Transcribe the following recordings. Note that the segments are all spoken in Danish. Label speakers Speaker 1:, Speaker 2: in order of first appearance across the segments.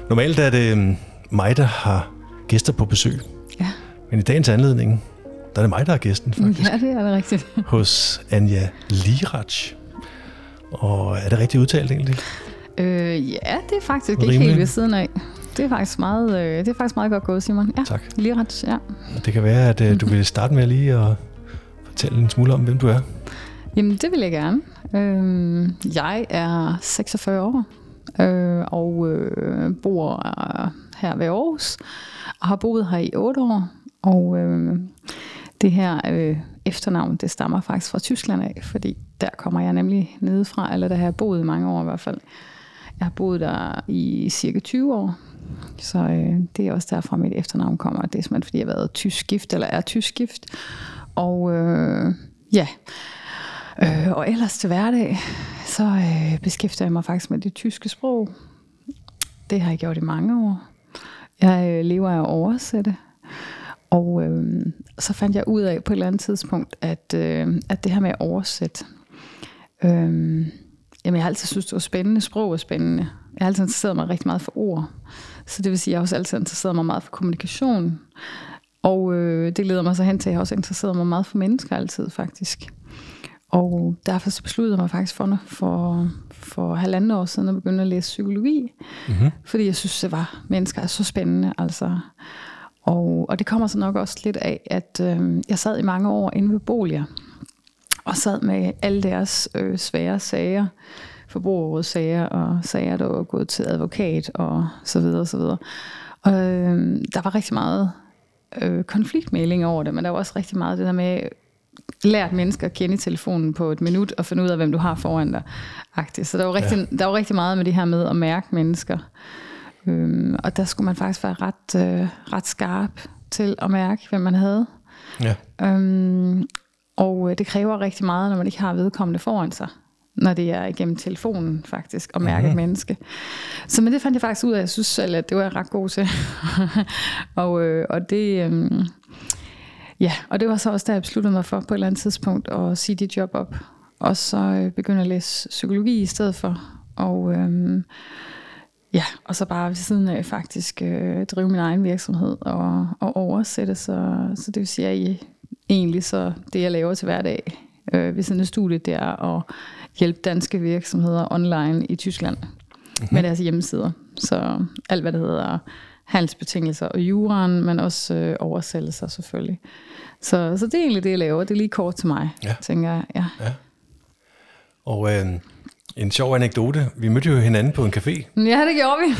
Speaker 1: Normalt er det mig, der har gæster på besøg.
Speaker 2: Ja.
Speaker 1: Men i dagens anledning, der er det mig, der er gæsten, faktisk.
Speaker 2: Ja, det er det rigtigt.
Speaker 1: Hos Anja Lirach. Og er det rigtigt udtalt egentlig?
Speaker 2: Ja, det er faktisk
Speaker 1: Rimelig.
Speaker 2: ikke helt ved siden af. Det er faktisk meget godt gået, Simon. Ja,
Speaker 1: Tak.
Speaker 2: Lirach, ja.
Speaker 1: Det kan være, at du vil starte med lige at fortælle en smule om, hvem du er.
Speaker 2: Jamen, det vil jeg gerne. Jeg er 46 år og bor her ved Aarhus, og har boet her i 8 år. Og det her efternavn, det stammer faktisk fra Tyskland af, fordi der kommer jeg nemlig nedefra, eller der har jeg boet i mange år i hvert fald. Jeg har boet der i cirka 20 år, så det er også derfra mit efternavn kommer. Det er simpelthen, fordi jeg har været tysk gift, eller er tysk gift. Og ja, og ellers til hverdag, så beskæftiger jeg mig faktisk med det tyske sprog. Det har jeg gjort i mange år. Jeg lever af at oversætte. Og så fandt jeg ud af på et eller andet tidspunkt, at det her med at oversætte, jamen jeg har altid synes det var spændende. Sprog er spændende. Jeg har altid interesseret mig rigtig meget for ord. Så det vil sige, at jeg også altid interesseret mig meget for kommunikation. Og det leder mig så hen til, at jeg også interesseret mig meget for mennesker altid faktisk. Og derfor så besluttede jeg mig faktisk for 1,5 år siden at begynde at læse psykologi. Mm-hmm. Fordi jeg synes, mennesker er så spændende. Altså. Og det kommer så nok også lidt af, at jeg sad i mange år inde ved Bolia, og sad med alle deres svære sager, forbrugerrådssager og sager, der var gået til advokat og så videre og så videre. Og der var rigtig meget konfliktmæling over det, men der var også rigtig meget det der med lært mennesker at kende i telefonen på et minut og finde ud af, hvem du har foran dig. Så der var rigtig meget med det her med at mærke mennesker. Og der skulle man faktisk være ret skarp til at mærke, hvem man havde. Ja. Og det kræver rigtig meget, når man ikke har vedkommende foran sig, når det er igennem telefonen faktisk, at mærke et menneske. Så men det fandt jeg faktisk ud af, jeg synes selv, at det var jeg ret god til. og det... ja, og det var så også, da jeg besluttede mig for på et eller andet tidspunkt at sige dit job op. Og så begynde at læse psykologi i stedet for. Ja, og så bare ved siden af faktisk drive min egen virksomhed og oversætte. Så det vil sige, at egentlig så det, jeg laver til hverdag ved siden af studiet, det er at hjælpe danske virksomheder online i Tyskland med deres hjemmesider. Så alt, hvad det hedder handelsbetingelser og juraen, men også oversættelser selvfølgelig. Så det er egentlig det, jeg laver. Det er lige kort til mig, tænker jeg. Ja.
Speaker 1: Og en sjov anekdote. Vi mødte jo hinanden på en café.
Speaker 2: Ja, det gjorde vi.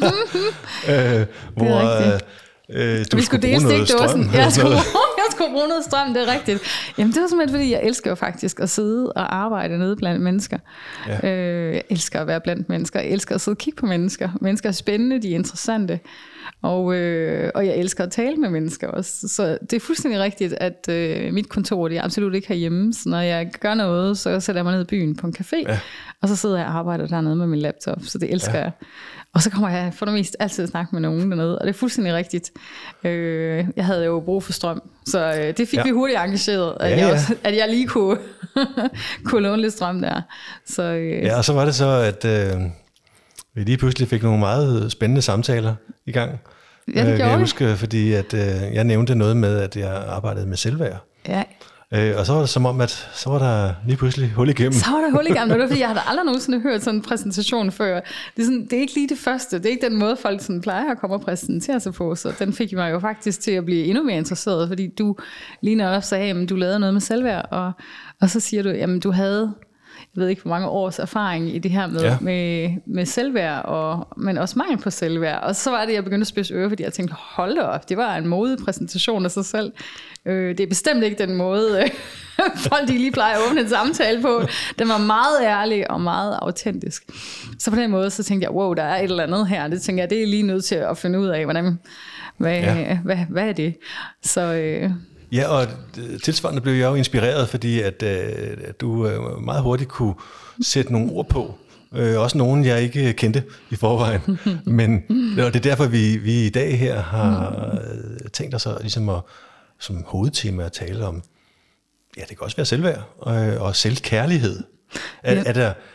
Speaker 1: Hvor du skulle bruge noget strøm.
Speaker 2: Jeg skulle bruge noget strøm, det er rigtigt. Jamen det var simpelthen, fordi jeg elsker jo faktisk at sidde og arbejde nede blandt mennesker. Ja. Jeg elsker at være blandt mennesker. Jeg elsker at sidde og kigge på mennesker. Mennesker er spændende, de er interessante. Og jeg elsker at tale med mennesker også. Så det er fuldstændig rigtigt, at mit kontor, det er absolut ikke herhjemme. Så når jeg gør noget, så sætter jeg mig ned i byen på en café. Ja. Og så sidder jeg og arbejder dernede med min laptop. Så det elsker jeg. Og så kommer jeg for det meste altid at snakke med nogen dernede. Og det er fuldstændig rigtigt. Jeg havde jo brug for strøm. Så det fik vi hurtigt engageret. At jeg lige kunne låne lidt strøm der. Så,
Speaker 1: ja, og så var det så, at vi lige pludselig fik nogle meget spændende samtaler i gang.
Speaker 2: Ja, det gjorde
Speaker 1: jeg huske, fordi at, jeg nævnte noget med, at jeg arbejdede med selvværd. Ja. Og så var det som om, at så var der lige pludselig hul igennem.
Speaker 2: Så var der hul igennem, det var fordi, jeg havde aldrig nogensinde hørt sådan en præsentation før. Det er ikke lige det første, det er ikke den måde, folk sådan plejer at komme og præsentere sig på, så den fik mig jo faktisk til at blive endnu mere interesseret, fordi du lige netop sagde, at du lavede noget med selvværd, og så siger du, jamen du havde... Jeg ved ikke, hvor mange års erfaring i det her med selvværd, men også mangel på selvværd. Og så var det, jeg begyndte at spidse ører, fordi jeg tænkte, hold da op, det var en modepræsentation af sig selv. Det er bestemt ikke den måde, folk de lige plejer at åbne en samtale på. Den var meget ærlig og meget autentisk. Så på den måde, så tænkte jeg, wow, der er et eller andet her. Det tænker jeg, det er lige nødt til at finde ud af, hvad er det? Så...
Speaker 1: Ja, og tilsvarende blev jeg jo inspireret, fordi at du meget hurtigt kunne sætte nogle ord på. Også nogen, jeg ikke kendte i forvejen. Men det er derfor, vi i dag her har tænkt os ligesom som hovedtema at tale om, ja, det kan også være selvværd og selvkærlighed.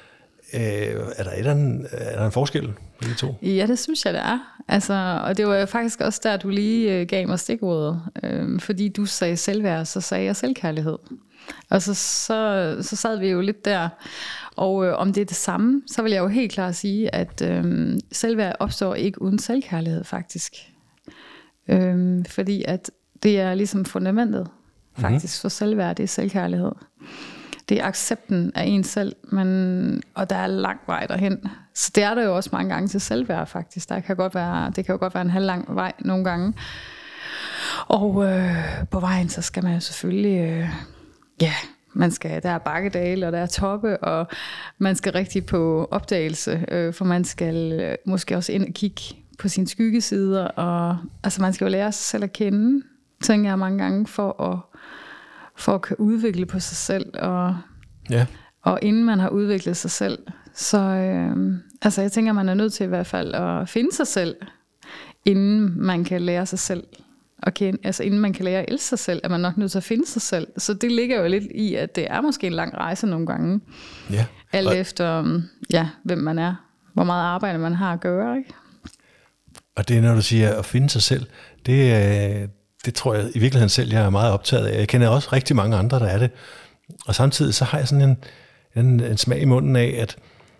Speaker 1: er der en forskel på de to?
Speaker 2: Ja, det synes jeg, det er. Altså, og det var faktisk også der, du lige gav mig stikordet. Fordi du sagde selvværd, så sagde jeg selvkærlighed. Og så sad vi jo lidt der. Og om det er det samme, så vil jeg jo helt klart sige, at selvværd opstår ikke uden selvkærlighed, faktisk. Fordi at det er ligesom fundamentet, faktisk, for selvværd, det er selvkærlighed. Det er accepten af en selv, og der er lang vej derhen. Så det er der jo også mange gange til selvværd, faktisk. Det kan jo godt være en halvlang vej nogle gange. Og på vejen, så skal man jo selvfølgelig, der er bakkedale, og der er toppe, og man skal rigtig på opdagelse, for man skal måske også ind og kigge på sine skyggesider, og altså man skal jo lære sig selv at kende, tænker jeg mange gange, for at kunne udvikle på sig selv, og inden man har udviklet sig selv, så jeg tænker, man er nødt til i hvert fald at finde sig selv, inden man kan lære sig selv at kende, altså inden man kan lære at elske sig selv, er man nok nødt til at finde sig selv. Så det ligger jo lidt i, at det er måske en lang rejse nogle gange, alt efter hvem man er, hvor meget arbejde man har at gøre, ikke?
Speaker 1: Og det er, når du siger at finde sig selv, det tror jeg i virkeligheden selv, jeg er meget optaget af. Jeg kender også rigtig mange andre, der er det. Og samtidig så har jeg sådan en smag i munden af, at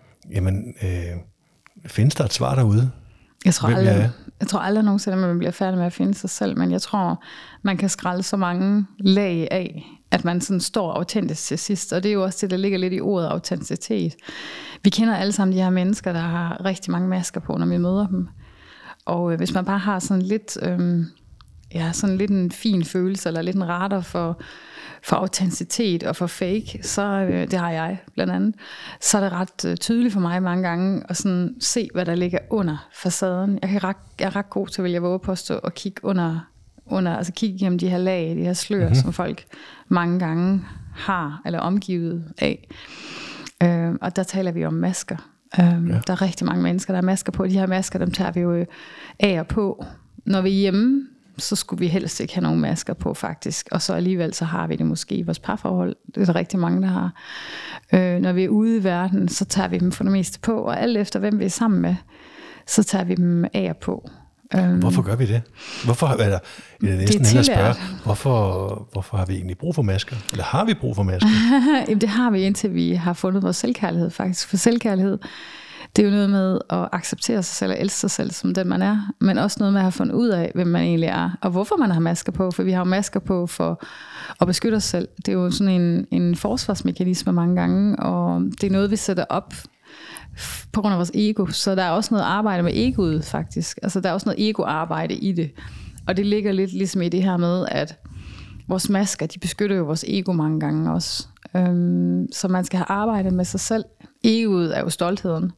Speaker 1: findes der et svar derude?
Speaker 2: Jeg tror aldrig nogensinde, at man bliver færdig med at finde sig selv, men jeg tror, man kan skrælle så mange lag af, at man sådan står autentisk til sidst. Og det er jo også det, der ligger lidt i ordet autenticitet. Vi kender alle sammen de her mennesker, der har rigtig mange masker på, når vi møder dem. Og hvis man bare har sådan lidt, sådan lidt en fin følelse, eller lidt en radar for autenticitet og for fake, så det har jeg blandt andet, så er det ret tydeligt for mig mange gange at sådan se, hvad der ligger under facaden. Jeg er ret god til, vil jeg våge påstå, at kigge altså kigge gennem de her lag, de her slør, som folk mange gange har, eller omgivet af. Og der taler vi om masker. Der er rigtig mange mennesker, der har masker på. De her masker, dem tager vi jo af og på. Når vi er hjemme, så skulle vi helst ikke have nogen masker på, faktisk. Og så alligevel, så har vi det måske i vores parforhold. Det er der rigtig mange, der har. Når vi er ude i verden, så tager vi dem for det meste på. Og alt efter, hvem vi er sammen med, så tager vi dem af og på.
Speaker 1: Hvorfor gør vi det? Hvorfor er det næsten hen at spørge, hvorfor har vi egentlig brug for masker? Eller har vi brug for masker?
Speaker 2: Jamen, det har vi, indtil vi har fundet vores selvkærlighed, faktisk. For selvkærlighed, det er jo noget med at acceptere sig selv og elske sig selv som den man er, men også noget med at have fundet ud af, hvem man egentlig er, og hvorfor man har masker på, for vi har jo masker på for at beskytte os selv. Det er jo sådan en forsvarsmekanisme mange gange, og det er noget, vi sætter op på grund af vores ego, så der er også noget arbejde med egoet, faktisk. Altså der er også noget ego-arbejde i det, og det ligger lidt ligesom i det her med, at vores masker, de beskytter jo vores ego mange gange også. Så man skal have arbejdet med sig selv. Egoet er jo stoltheden.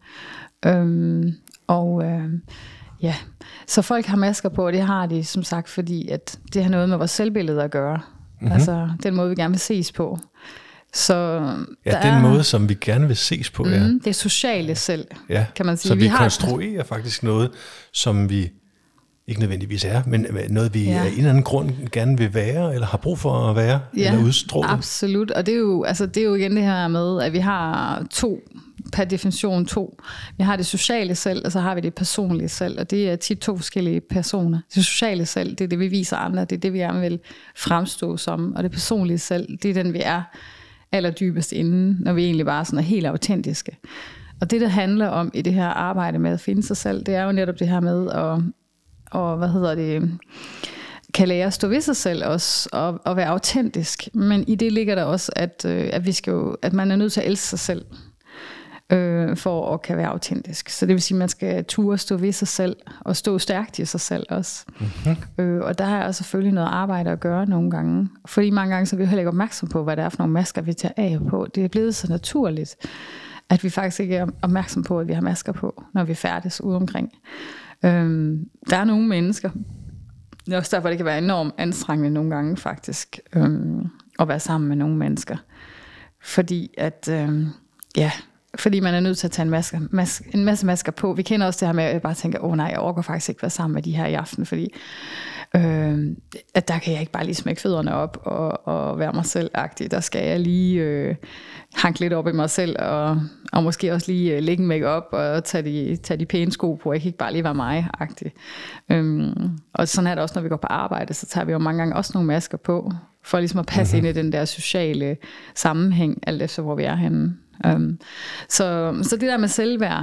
Speaker 2: Så folk har masker på, og det har de som sagt, fordi at det har noget med vores selvbillede at gøre. Altså den måde, vi gerne vil ses på. Så
Speaker 1: den måde, som vi gerne vil ses på.
Speaker 2: Det er sociale selv, kan man sige.
Speaker 1: Så vi konstruerer faktisk noget, som vi ikke nødvendigvis er, men noget, vi af en eller anden grund gerne vil være, eller har brug for at være, eller udstråle.
Speaker 2: Absolut, og det er jo igen det her med, at vi har per definition to. Vi har det sociale selv, og så har vi det personlige selv, og det er tit to forskellige personer. Det sociale selv, det er det, vi viser andre, det er det, vi gerne vil fremstå som, og det personlige selv, det er den, vi er allerdybest inden, når vi egentlig bare sådan er helt autentiske. Og det handler om i det her arbejde med at finde sig selv, det er jo netop det her med kan lære at stå ved sig selv også, og være autentisk. Men i det ligger der også, at man er nødt til at elske sig selv, for at kan være autentisk. Så det vil sige, at man skal turde stå ved sig selv, og stå stærkt i sig selv også. Og der er selvfølgelig noget arbejde at gøre nogle gange. Fordi mange gange så er vi heller ikke opmærksom på, hvad det er for nogle masker, vi tager af på. Det er blevet så naturligt, at vi faktisk ikke er opmærksom på, at vi har masker på, når vi færdes ude omkring. Der er nogle mennesker, det er også derfor, det kan være enormt anstrengende nogle gange faktisk, at være sammen med nogle mennesker. Fordi fordi man er nødt til at tage en masse masker på. Vi kender også det her med, at jeg bare tænker, nej, jeg orker faktisk ikke være sammen med de her i aften, fordi At der kan jeg ikke bare lige smække fødderne op og være mig selv-agtig. Der skal jeg lige hanke lidt op i mig selv, og måske også lige lægge make-up og tage de pæne sko på. Jeg kan ikke bare lige være mig-agtig. Og sådan er det også, når vi går på arbejde, så tager vi jo mange gange også nogle masker på, for ligesom at passe ind i den der sociale sammenhæng, alt efter hvor vi er henne. Så det der med selvværd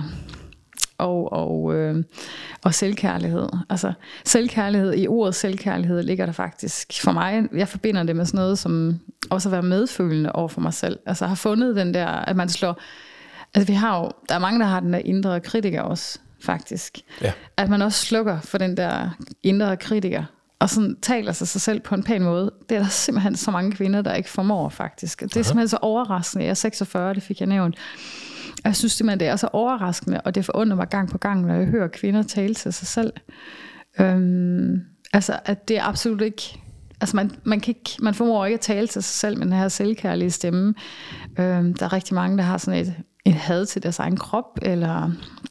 Speaker 2: og selvkærlighed. Altså selvkærlighed, i ordet selvkærlighed ligger der faktisk for mig, jeg forbinder det med sådan noget som også at være medfølende over for mig selv. Altså har fundet den der, at man slår, altså der er mange, der har den der indre kritiker også, faktisk. Ja. At man også slukker for den der indre kritiker, og sådan taler sig selv på en pæn måde. Det er der simpelthen så mange kvinder, der ikke formår, faktisk. Det er simpelthen så overraskende. Jeg er 46, det fik jeg nævnt. Jeg synes simpelthen, det er så overraskende, og det forundrer mig gang på gang, når jeg hører kvinder tale til sig selv. Altså, at det er absolut ikke... Altså, man formår ikke at tale til sig selv med den her selvkærlige stemme. Der er rigtig mange, der har sådan et had til deres egen krop, eller...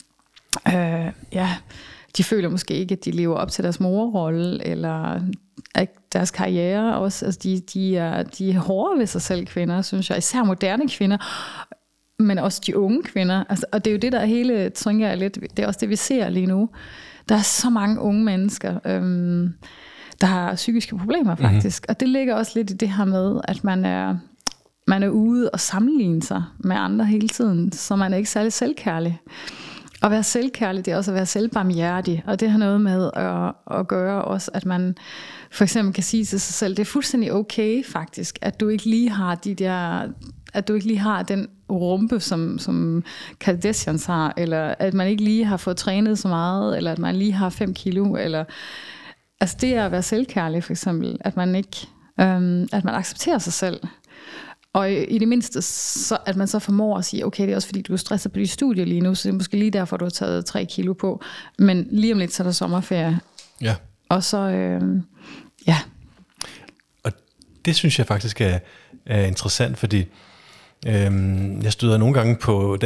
Speaker 2: de føler måske ikke, at de lever op til deres morrolle, eller deres karriere også. Altså, de er hårde ved sig selv, kvinder, synes jeg. Især moderne kvinder, men også de unge kvinder. Altså, og det er jo det, der hele, tænker jeg lidt, det er også det, vi ser lige nu. Der er så mange unge mennesker, der har psykiske problemer, faktisk. Og det ligger også lidt i det her med, at man er ude og sammenligne sig med andre hele tiden, så man er ikke særlig selvkærlig. At være selvkærlig, det er også at være selvbarmhjertig, og det har noget med at gøre også, at man for eksempel kan sige til sig selv, det er fuldstændig okay faktisk, at du ikke lige har at du ikke lige har den rumpe, som Kardashians har, eller at man ikke lige har fået trænet så meget, eller at man lige har 5 kilo, eller altså det er at være selvkærlig for eksempel, at man ikke at man accepterer sig selv. Og i det mindste, så, at man så formår at sige, okay, det er også fordi, du er stresset på dit studie lige nu, så det er måske lige derfor, du har taget 3 kilo på. Men lige om lidt, så er der sommerferie. Ja. Og så, ja.
Speaker 1: Og det synes jeg faktisk er interessant, fordi jeg støder nogle gange på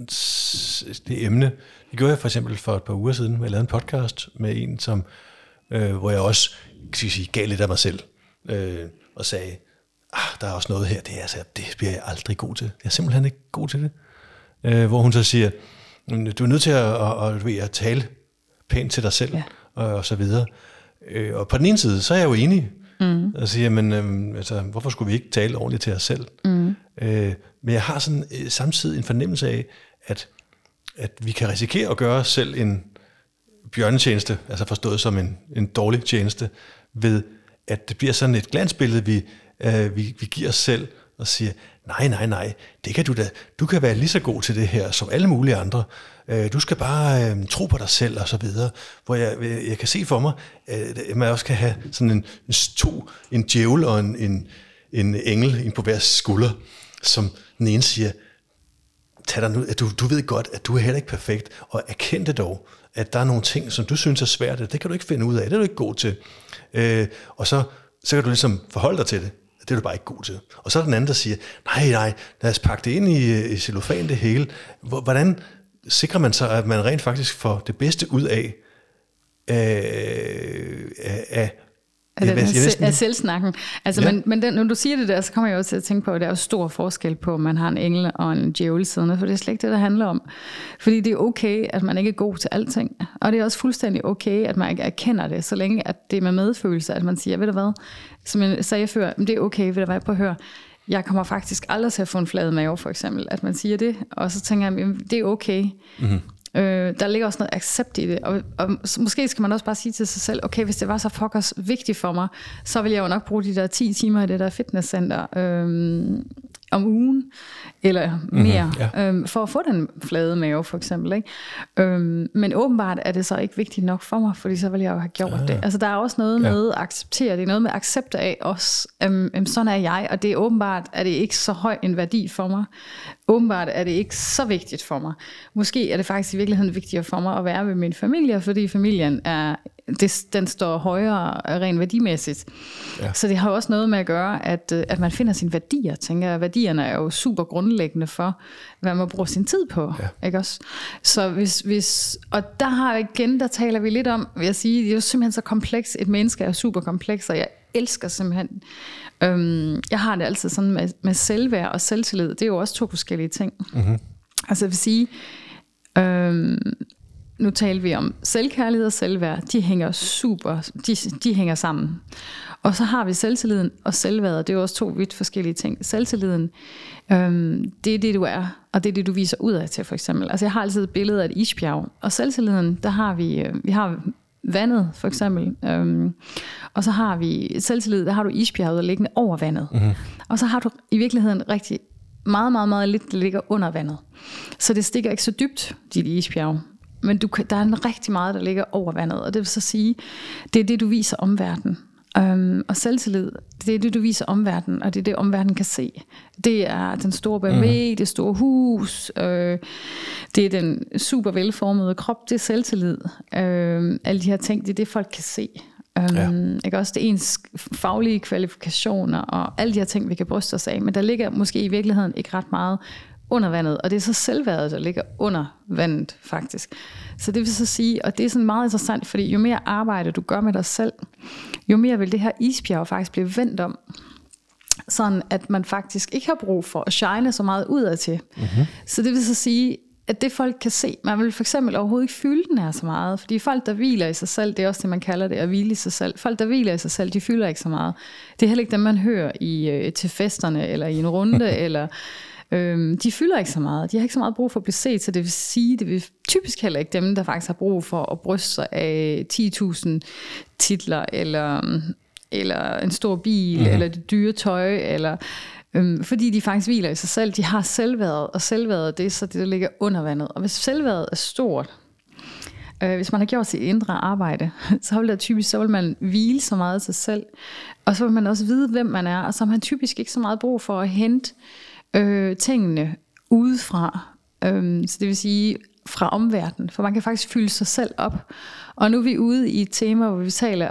Speaker 1: det emne. Det gjorde jeg for eksempel for et par uger siden, hvor jeg lavede en podcast med en, som, hvor jeg også gav lidt af mig selv, og sagde, der er også noget her, det bliver jeg aldrig god til. Jeg er simpelthen ikke god til det. Hvor hun så siger, du er nødt til at tale pænt til dig selv, og så videre. Og på den ene side, så er jeg jo enig. Og siger, men hvorfor skulle vi ikke tale ordentligt til os selv? Men jeg har sådan samtidig en fornemmelse af, at vi kan risikere at gøre os selv en bjørnetjeneste, altså forstået som en dårlig tjeneste, ved at det bliver sådan et glansbillede, vi giver os selv og siger, nej, det kan du da. Du kan være lige så god til det her som alle mulige andre. Du skal bare tro på dig selv og så videre. Hvor jeg kan se for mig, at man også kan have sådan en djævel og en engel på hver skulder, som den ene siger, tag dig nu, at du ved godt, at du er heller ikke perfekt, og erkend det dog, at der er nogle ting, som du synes er svært, det kan du ikke finde ud af, det er du ikke god til. Og så kan du ligesom forholde dig til det. Det er du bare ikke god til. Og så er den anden, der siger, nej, lad os pakke det ind i cellofan det hele. Hvordan sikrer man så, at man rent faktisk får det bedste ud af
Speaker 2: selvsnakken. Altså, men når du siger det der, så kommer jeg også til at tænke på, at der er jo stor forskel på, om man har en engel og en djævel siddende, for det er slet ikke det, der handler om. Fordi det er okay, at man ikke er god til alting. Og det er også fuldstændig okay, at man ikke erkender det, så længe at det er med medfølelse, at man siger, ved du hvad, som jeg sagde før, det er okay, ved du hvad, prøv at høre, jeg kommer faktisk aldrig til at få en flad mave, for eksempel, at man siger det, og så tænker jeg, det er okay. Mm-hmm. Der ligger også noget accept i det, og måske skal man også bare sige til sig selv, okay, hvis det var så fuckers vigtigt for mig, så vil jeg jo nok bruge de der 10 timer i det der fitnesscenter om ugen, eller mere, for at få den flade mave, for eksempel. Ikke? Men åbenbart er det så ikke vigtigt nok for mig, fordi så vil jeg jo have gjort det. Altså der er også noget med at acceptere, det er noget med accept af os, sådan er jeg, og det er åbenbart, er det ikke så høj en værdi for mig. Åbenbart er det ikke så vigtigt for mig. Måske er det faktisk i virkeligheden vigtigere for mig at være ved min familie, fordi familien er den står højere rent værdimæssigt. Ja. Så det har jo også noget med at gøre, at man finder sine værdier, tænker jeg. Værdierne er jo super grundlæggende for, hvad man bruger sin tid på. Ja. Ikke også? Så hvis og der taler vi lidt om, vil jeg sige, det er jo simpelthen så kompleks. Et menneske er jo super kompleks, og jeg elsker simpelthen. Jeg har det altid sådan med selvværd og selvtillid. Det er jo også 2 forskellige ting. Mm-hmm. Altså jeg vil sige, nu taler vi om selvkærlighed og selvværd. De hænger sammen. Og så har vi selvtilliden og selvværdet. Det er jo også 2 vidt forskellige ting. Selvtilliden, det er det du er, og det er det du viser ud af til, for eksempel. Altså jeg har altid et billede af et isbjerg. Og selvtilliden, der har vi har vandet, for eksempel. Og så har vi selvtillid, der har du isbjerget liggende over vandet. Mm-hmm. Og så har du i virkeligheden rigtig meget, meget, meget lidt, der ligger under vandet. Så det stikker ikke så dybt, dit isbjerg. Men der er rigtig meget, der ligger over vandet. Og det vil så sige, det er det, du viser omverdenen. Og selvtillid, det er det, du viser omverdenen, og det er det, omverdenen kan se. Det er den store BMW, det store hus, det er den super velformede krop, det er selvtillid. Alle de her ting, det er det, folk kan se. Ikke også? Det er ens faglige kvalifikationer, og alle de her ting, vi kan bryste os af. Men der ligger måske i virkeligheden ikke ret meget under vandet, og det er så selvværdet, der ligger under vandet faktisk. Så det vil så sige, og det er sådan meget interessant, fordi jo mere arbejde du gør med dig selv, jo mere vil det her isbjerg faktisk blive vendt om, sådan at man faktisk ikke har brug for at shine så meget udad til. Mm-hmm. Så det vil så sige, at det folk kan se, man vil for eksempel overhovedet ikke fylde den her så meget, fordi folk, der hviler i sig selv, det er også det, man kalder det, at hvile i sig selv. Folk, der hviler i sig selv, de fylder ikke så meget. Det er heller ikke dem, man hører til festerne, eller i en runde, eller de fylder ikke så meget. De har ikke så meget brug for at blive set, så det vil sige, det vil typisk heller ikke dem, der faktisk har brug for at bryste sig af 10.000 titler, eller en stor bil, eller det dyre tøj, eller fordi de faktisk hviler i sig selv. De har selvværdet, og selvværdet, det er så det, der ligger under vandet. Og hvis selvværdet er stort, hvis man har gjort sit indre arbejde, så vil man hvile så meget sig selv, og så vil man også vide, hvem man er, og så har man typisk ikke så meget brug for at hente tingene udefra, så det vil sige fra omverdenen, for man kan faktisk fylde sig selv op. Og nu er vi ude i et tema, hvor vi taler,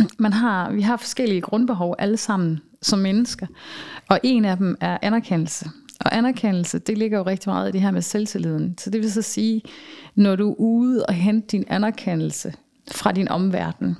Speaker 2: vi har forskellige grundbehov alle sammen som mennesker, og en af dem er anerkendelse. Og anerkendelse, det ligger jo rigtig meget i det her med selvtilliden. Så det vil så sige, når du er ude og hente din anerkendelse fra din omverden,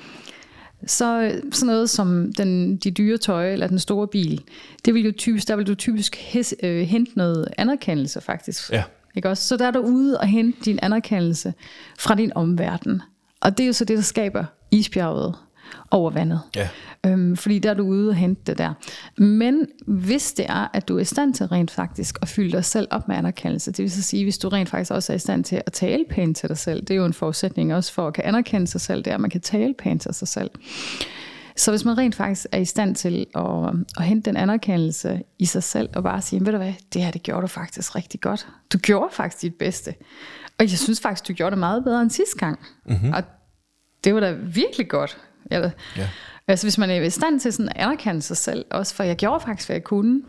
Speaker 2: så sådan noget som de dyre tøj eller den store bil, der vil du typisk hente noget anerkendelse faktisk. Ja. Ikke også? Så der er du ude og hente din anerkendelse fra din omverden. Og det er jo så det, der skaber isbjerget over vandet. Ja. Fordi der er du ude og hente det der. Men hvis det er, at du er i stand til rent faktisk at fylde dig selv op med anerkendelse, det vil så sige, hvis du rent faktisk også er i stand til at tale pænt til dig selv, det er jo en forudsætning også for at kan anerkende sig selv, det er, at man kan tale pænt til sig selv. Så hvis man rent faktisk er i stand til at hente den anerkendelse i sig selv, og bare sige, ved du hvad, det her, det gjorde du faktisk rigtig godt. Du gjorde faktisk dit bedste. Og jeg synes faktisk, du gjorde det meget bedre end sidste gang. Mm-hmm. Og det var da virkelig godt. Ja. Altså hvis man er i stand til sådan at anerkende sig selv, også for jeg gjorde faktisk, hvad jeg kunne,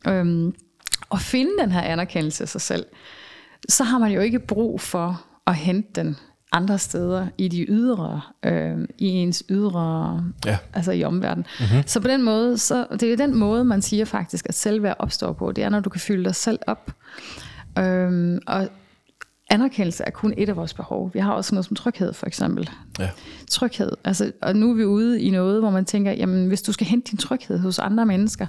Speaker 2: og finde den her anerkendelse af sig selv, så har man jo ikke brug for at hente den andre steder i de ydre, i ens ydre, altså i omverdenen. Mm-hmm. Så på den måde, det er den måde, man siger faktisk, at selvværd opstår på. Det er, når du kan fylde dig selv op. Og anerkendelse er kun et af vores behov. Vi har også noget som tryghed, for eksempel. Ja. Tryghed. Altså, og nu er vi ude i noget, hvor man tænker, jamen, hvis du skal hente din tryghed hos andre mennesker,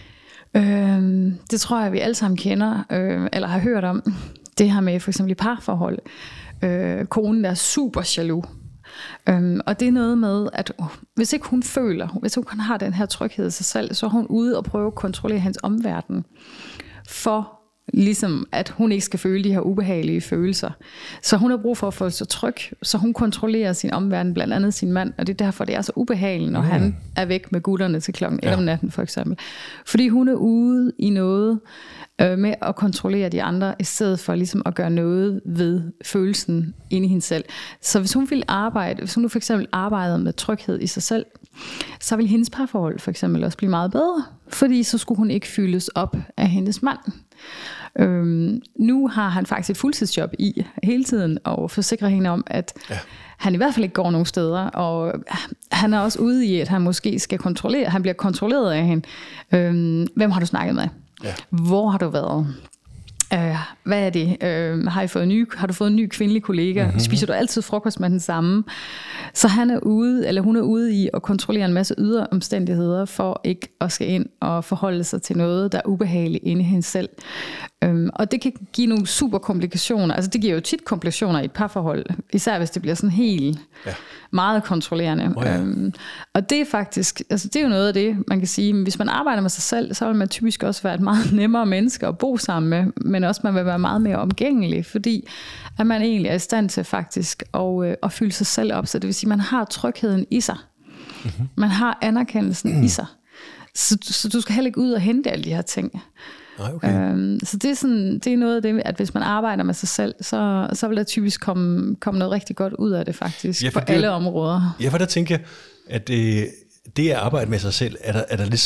Speaker 2: det tror jeg, vi alle sammen kender, eller har hørt om. Det her med for eksempel i parforhold. Konen, der er super jaloux. Og det er noget med, at hvis ikke hun kan har den her tryghed i sig selv, så er hun ude og prøve at kontrollere hans omverden, for ligesom at hun ikke skal føle de her ubehagelige følelser. Så hun har brug for at føle sig tryg, så hun kontrollerer sin omverden, blandt andet sin mand, og det er derfor, det er så ubehageligt, når han er væk med gutterne til klokken 1 om natten, for eksempel. Fordi hun er ude i noget med at kontrollere de andre, i stedet for ligesom at gøre noget ved følelsen inde i hende selv. Så hvis hun nu for eksempel arbejdede med tryghed i sig selv, så ville hendes parforhold for eksempel også blive meget bedre, fordi så skulle hun ikke fyldes op af hendes mand. Nu har han faktisk et fuldtidsjob i hele tiden, og forsikrer hende om, at han i hvert fald ikke går nogen steder, og han er også ude i, at han måske skal kontrollere, han bliver kontrolleret af hende. Hvem har du snakket med? Ja. Hvor har du været? Hvad er det? Har du fået en ny kvindelig kollega? Mm-hmm. Spiser du altid frokost med den samme? Så han er ude, eller hun er ude i at kontrollere en masse ydre omstændigheder for ikke at skal ind og forholde sig til noget, der er ubehageligt inde i hende selv. Og det kan give nogle super komplikationer. Altså det giver jo tit komplikationer i et parforhold, især hvis det bliver sådan helt meget kontrollerende. Og det er faktisk, altså det er jo noget af det, man kan sige, hvis man arbejder med sig selv, så vil man typisk også være et meget nemmere menneske at bo sammen med, men også man vil være meget mere omgængelig, fordi at man egentlig er i stand til faktisk at fylde sig selv op. Så det vil sige, at man har trygheden i sig. Mm-hmm. Man har anerkendelsen i sig. Så du skal heller ikke ud og hente alle de her ting. Okay. Så det er noget af det, at hvis man arbejder med sig selv, så vil der typisk komme noget rigtig godt ud af det faktisk, på alle områder.
Speaker 1: Ja, for der tænker jeg, at det at arbejde med sig selv, er der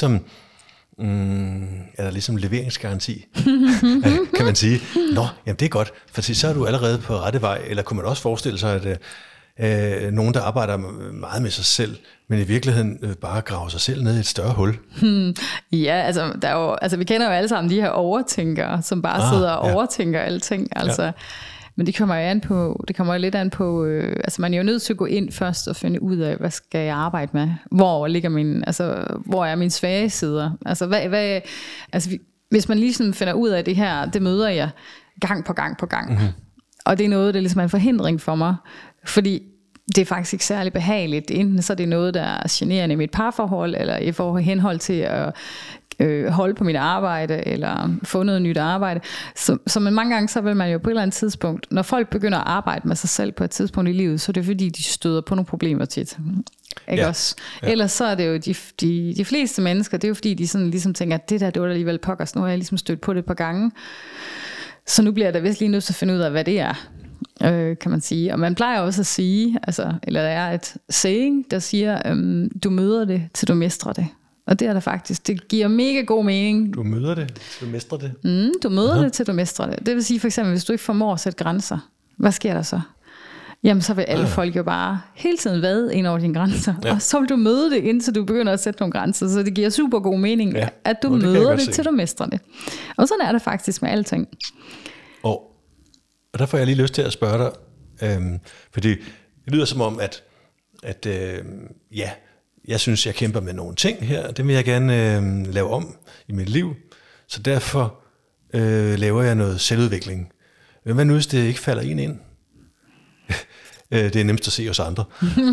Speaker 1: ligesom leveringsgaranti, kan man sige. Nå, jamen det er godt, for så er du allerede på rette vej, eller kunne man også forestille sig, at nogen, der arbejder meget med sig selv, men i virkeligheden bare graver sig selv ned i et større hul.
Speaker 2: Ja, altså vi kender jo alle sammen de her overtænkere, som bare sidder og overtænker alting. Altså, men det kommer jo lidt an på, altså man er jo nødt til at gå ind først og finde ud af, hvad skal jeg arbejde med? Hvor er mine svage sider? Altså hvis man ligesom finder ud af det her, det møder jeg gang på gang på gang. Mm-hmm. Og det er noget, der ligesom er en forhindring for mig, fordi det er faktisk ikke særlig behageligt. Enten så er det noget, der er generende i mit parforhold, eller i forhold henhold til at holde på mit arbejde, eller få noget nyt arbejde. Så mange gange, så vil man jo på et eller andet tidspunkt, når folk begynder at arbejde med sig selv på et tidspunkt i livet, så er det fordi, de støder på nogle problemer tit. Ikke også? Ja. Ellers så er det jo de fleste mennesker, det er jo fordi, de sådan ligesom tænker, at det var alligevel pokkers, nu har jeg ligesom stødt på det et par gange. Så nu bliver jeg da vist lige nødt til at finde ud af, hvad det er, kan man sige. Og man plejer også at sige, eller der er et saying, der siger, du møder det, til du mestrer det. Og det er der faktisk. Det giver mega god mening.
Speaker 1: Du møder det, til du mestrer det?
Speaker 2: Du møder det, til du mestrer det. Det vil sige for eksempel, hvis du ikke formår at sætte grænser, hvad sker der så? Jamen så vil alle folk jo bare hele tiden vade ind over dine grænser. Ja. Og så vil du møde det, indtil du begynder at sætte nogle grænser. Så det giver super god mening, at du møder det, til du mestrer det. Og sådan er det faktisk med alting.
Speaker 1: Og der får jeg lige lyst til at spørge dig, fordi det lyder som om, at jeg synes, jeg kæmper med nogle ting her, det vil jeg gerne lave om i mit liv, så derfor laver jeg noget selvudvikling. Hvad nu, hvis det ikke falder ind? Det er nemmest at se os andre,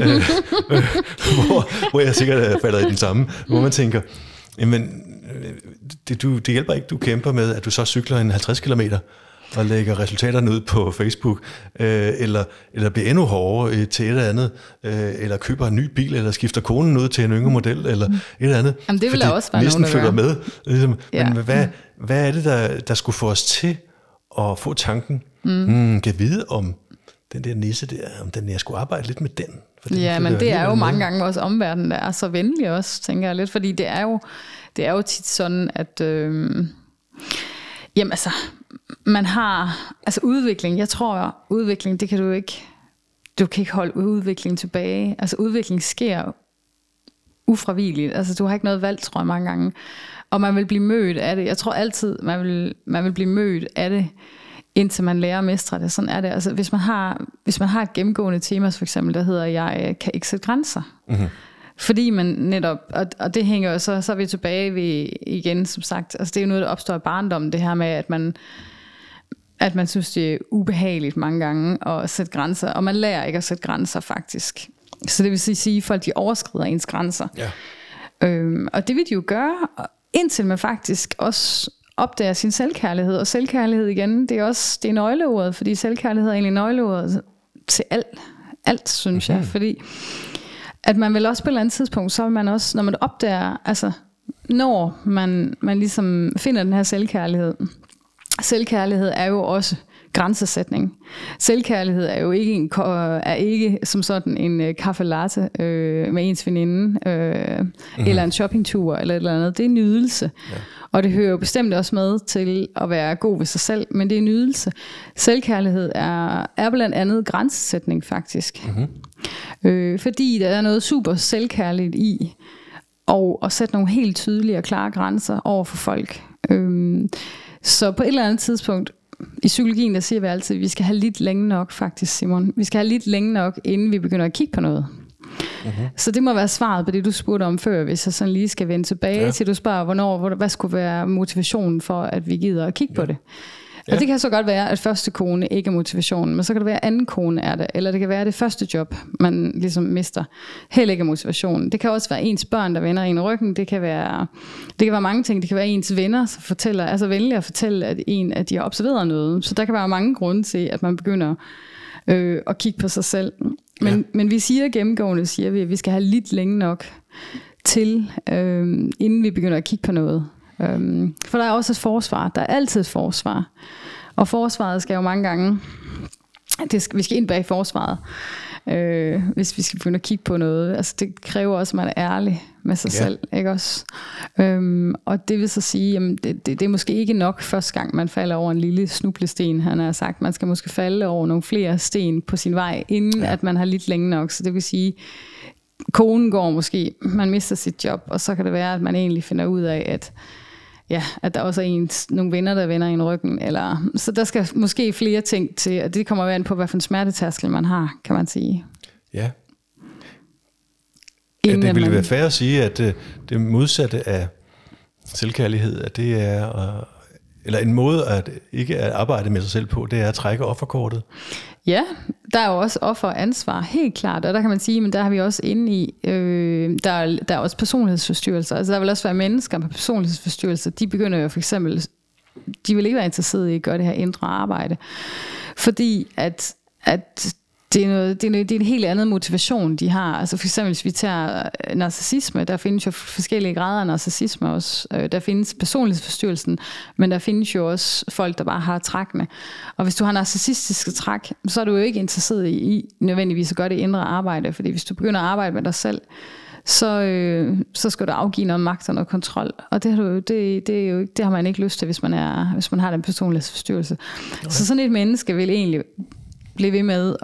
Speaker 1: hvor jeg sikkert falder i den samme, hvor man tænker, jamen, det hjælper ikke, du kæmper med, at du så cykler en 50 kilometer, og lægger resultaterne ud på Facebook, eller bliver endnu hårdere til et eller andet, eller køber en ny bil, eller skifter konen ud til en yngre model, eller et eller andet.
Speaker 2: Jamen, det vil der også være
Speaker 1: nogen,
Speaker 2: der
Speaker 1: følger med. Ligesom, ja. Men hvad er det, der skulle få os til at få tanken, kan vide om den der nisse der, om jeg skulle arbejde lidt med den?
Speaker 2: Ja, men det er jo mange gange også omverdenen, der er så venlig også, tænker jeg lidt, fordi det er jo tit sådan, at jamen altså, man har, altså udvikling, jeg tror udvikling, det kan du kan ikke holde udvikling tilbage, altså udvikling sker ufravigeligt, altså du har ikke noget valg, tror jeg mange gange, og man vil blive mødt af det, jeg tror altid, man vil blive mødt af det, indtil man lærer at mestre det, sådan er det, altså hvis man har et gennemgående tema, for eksempel, der hedder, jeg kan ikke sætte grænser, fordi man netop, og det hænger jo så er vi tilbage ved igen, som sagt, altså det er jo noget, der opstår i barndommen, det her med, at man synes, det er ubehageligt mange gange at sætte grænser, og man lærer ikke at sætte grænser faktisk. Så det vil sige, at folk de overskrider ens grænser. Ja. Og det vil de jo gøre, indtil man faktisk også opdager sin selvkærlighed. Og selvkærlighed igen, det er nøgleordet, fordi selvkærlighed er egentlig nøgleordet til alt synes jeg. Fordi at man vil også på et eller andet tidspunkt, så vil man også, når man opdager, altså når man ligesom finder den her selvkærlighed. Selvkærlighed er jo også grænsesætning. Selvkærlighed er jo ikke som sådan en kaffe latte med ens veninde, eller en shoppingtur, eller et eller andet. Det er nydelse. Ja. Og det hører jo bestemt også med til at være god ved sig selv, men det er nydelse. Selvkærlighed er blandt andet grænsesætning, faktisk. Fordi der er noget super selvkærligt i at sætte nogle helt tydelige og klare grænser over for folk. Så på et eller andet tidspunkt, i psykologien, der siger vi altid, at vi skal have lidt længe nok, faktisk, Simon. Vi skal have lidt længe nok, inden vi begynder at kigge på noget. Så det må være svaret på det, du spurgte om før, hvis jeg sådan lige skal vende tilbage til, du spørger, hvad skulle være motivationen for, at vi gider at kigge på det. Og det kan så godt være, at første kone ikke er motivationen, men så kan det være, at anden kone er det, eller det kan være, at det første job, man ligesom mister, heller ikke er motivationen. Det kan også være ens børn, der vender en i ryggen. Det kan være mange ting. Det kan være ens venner, som vælger at fortælle, at de har observeret noget. Så der kan være mange grunde til, at man begynder at kigge på sig selv. Men vi siger gennemgående, at vi skal have lidt længe nok til, inden vi begynder at kigge på noget. For der er også et forsvar. Der er altid et forsvar. Og forsvaret skal jo mange gange, vi skal ind bag forsvaret, hvis vi skal begynde at kigge på noget. Altså det kræver også, at man er ærlig med sig selv, ikke også? Og det vil så sige, jamen det er måske ikke nok første gang, man falder over en lille snublesten. Han har sagt, man skal måske falde over nogle flere sten på sin vej, inden at man har lidt længe nok. Så det vil sige, konen går måske, man mister sit job, og så kan det være, at man egentlig finder ud af, at der også er nogle venner, der vender en ryggen. Så der skal måske flere ting til, og det kommer an på, hvad for en smertetærskel man har, kan man sige.
Speaker 1: Ja. Det ville være fair at sige, at det modsatte af selvkærlighed, at det er, eller en måde at ikke at arbejde med sig selv på, det er at trække offerkortet. Ja,
Speaker 2: der er jo også offeransvar, helt klart, og der kan man sige, men der har vi også inde i, der er også personlighedsforstyrrelser, altså der vil også være mennesker med personlighedsforstyrrelser, de begynder jo for eksempel, de vil ikke være interesserede i at gøre det her indre arbejde, fordi at det er en helt anden motivation, de har. Altså for eksempel, hvis vi tager narcissisme, der findes jo forskellige grader af narcissisme også. Der findes personlighedsforstyrrelsen, men der findes jo også folk, der bare har trækkene. Og hvis du har narcissistiske træk, så er du jo ikke interesseret i nødvendigvis at gøre det indre arbejde, fordi hvis du begynder at arbejde med dig selv, så skal du afgive noget magt og noget kontrol. Og det har man ikke lyst til, hvis man har den personlighedsforstyrrelse. Okay. Så sådan et menneske vil egentlig blive ved med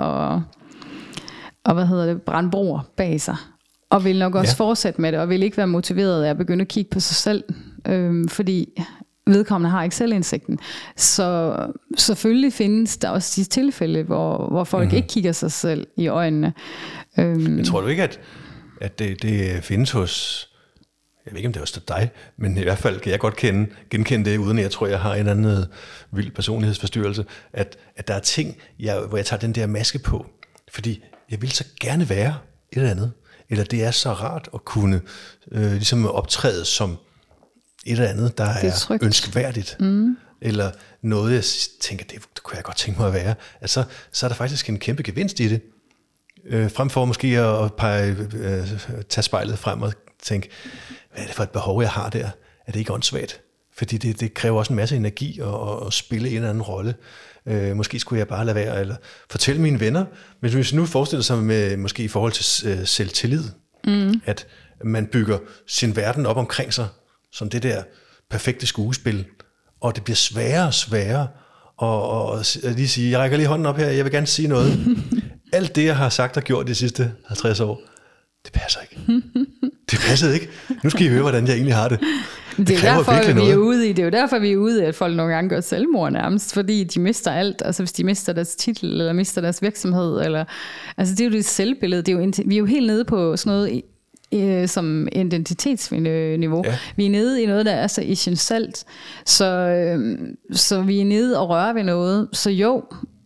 Speaker 2: at brænde broer bag sig, og vil nok også fortsætte med det, og vil ikke være motiveret af at begynde at kigge på sig selv, fordi vedkommende har ikke selvindsigten. Så selvfølgelig findes der også de tilfælde, hvor folk ikke kigger sig selv i øjnene.
Speaker 1: Men tror du ikke, at det findes hos, jeg ved ikke om det er hos dig, men i hvert fald kan jeg godt genkende det, uden at jeg tror, jeg har en anden vild personlighedsforstyrrelse, at der er ting, hvor jeg tager den der maske på, fordi jeg vil så gerne være et eller andet, eller det er så rart at kunne ligesom optræde som et eller andet, der er ønskværdigt, eller noget, jeg tænker, det kunne jeg godt tænke mig at være, altså, så er der faktisk en kæmpe gevinst i det, frem for måske at tage spejlet frem og tænke, hvad er det for et behov, jeg har der? Er det ikke åndssvagt? Fordi det kræver også en masse energi at spille en eller anden rolle. Måske skulle jeg bare lade være, eller fortælle mine venner. Men hvis nu forestiller sig med, måske i forhold til selvtillid, at man bygger sin verden op omkring sig, som det der perfekte skuespil, og det bliver sværere og sværere, og lige sige, jeg rækker lige hånden op her, jeg vil gerne sige noget. Alt det, jeg har sagt og gjort de sidste 50 år, det passer ikke. Det passede ikke. Nu skal I høre, hvordan jeg egentlig har det.
Speaker 2: Det er derfor, vi er ude i. Det er jo derfor, vi er ude i, at folk nogle gange gør selvmord nærmest, fordi de mister alt. Altså hvis de mister deres titel, eller mister deres virksomhed, eller altså det er jo det selvbillede. Det er jo, vi er jo helt nede på sådan noget som identitetsniveau. Ja. Vi er nede i noget, der er så essentielt. Så vi er nede og rører ved noget. Så jo,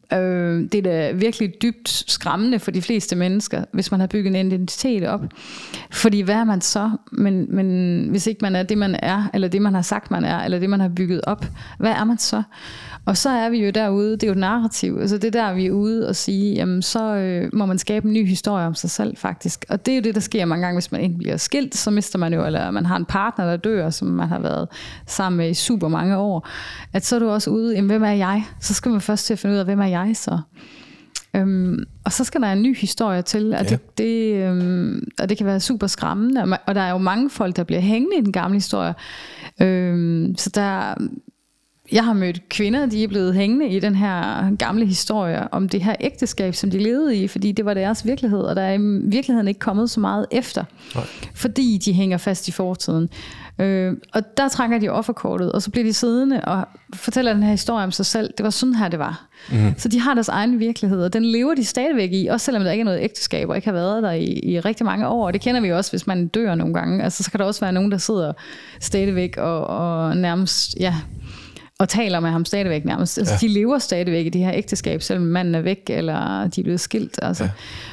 Speaker 2: Det er da virkelig dybt skræmmende for de fleste mennesker, hvis man har bygget en identitet op. Fordi hvad er man så? Men hvis ikke man er det, man er, eller det, man har sagt, man er, eller det, man har bygget op, hvad er man så? Og så er vi jo derude, det er jo et narrativ, altså det er der, vi er ude og sige, jamen så må man skabe en ny historie om sig selv faktisk. Og det er jo det, der sker mange gange, hvis man enten bliver skilt, så mister man jo, eller man har en partner, der dør, som man har været sammen med i super mange år, at så er du også ude, jamen hvem er jeg? Så skal man først til at finde ud af, hvem er jeg så? Og så skal der en ny historie til, og det kan være super skræmmende, og der er jo mange folk, der bliver hængende i den gamle historie. Så jeg har mødt kvinder, de er blevet hængende i den her gamle historie om det her ægteskab, som de levede i, fordi det var deres virkelighed, og der er i virkeligheden ikke kommet så meget efter, fordi de hænger fast i fortiden. Og der trækker de offerkortet, og så bliver de siddende og fortæller den her historie om sig selv. Det var sådan her, det var. Så de har deres egen virkelighed, og den lever de stadigvæk i, også selvom der ikke er noget ægteskab, og ikke har været der i rigtig mange år. Og det kender vi også, hvis man dør nogle gange. Altså, så kan der også være nogen, der sidder stadigvæk og nærmest, og taler med ham stadigvæk nærmest. Altså, de lever stadigvæk i det her ægteskab, selvom manden er væk, eller de er blevet skilt. Altså.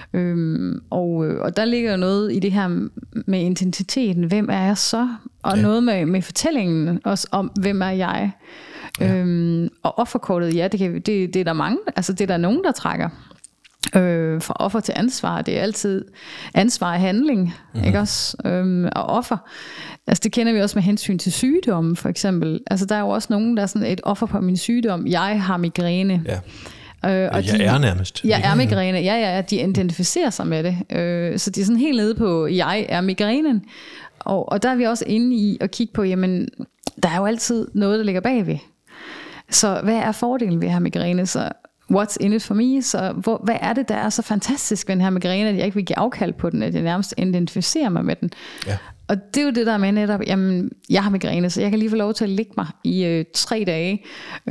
Speaker 2: Og der ligger noget i det her med identiteten. Hvem er jeg så? Og noget med fortællingen også om, hvem er jeg? Og offerkortet, det er der mange. Altså, det er der nogen, der trækker. Fra offer til ansvar, det er altid ansvar og handling, ikke også? Og offer, altså det kender vi også med hensyn til sygdomme for eksempel. Altså der er jo også nogen, der er sådan et offer på min sygdom. Jeg har migræne.
Speaker 1: Og jeg er nærmest.
Speaker 2: Jeg er migræne. De identificerer sig med det. Så de er sådan helt nede på, jeg er migrænen. Og der er vi også inde i at kigge på, jamen der er jo altid noget, der ligger bagved. Så hvad er fordelen ved at have migræne? Så what's in it for me? Så hvad er det, der er så fantastisk ved den her migræne, at jeg ikke vil give afkald på den, at jeg nærmest identificerer mig med den? Ja. Og det er jo det der med netop, jamen, jeg har migræne, så jeg kan lige få lov til at ligge mig i 3 dage.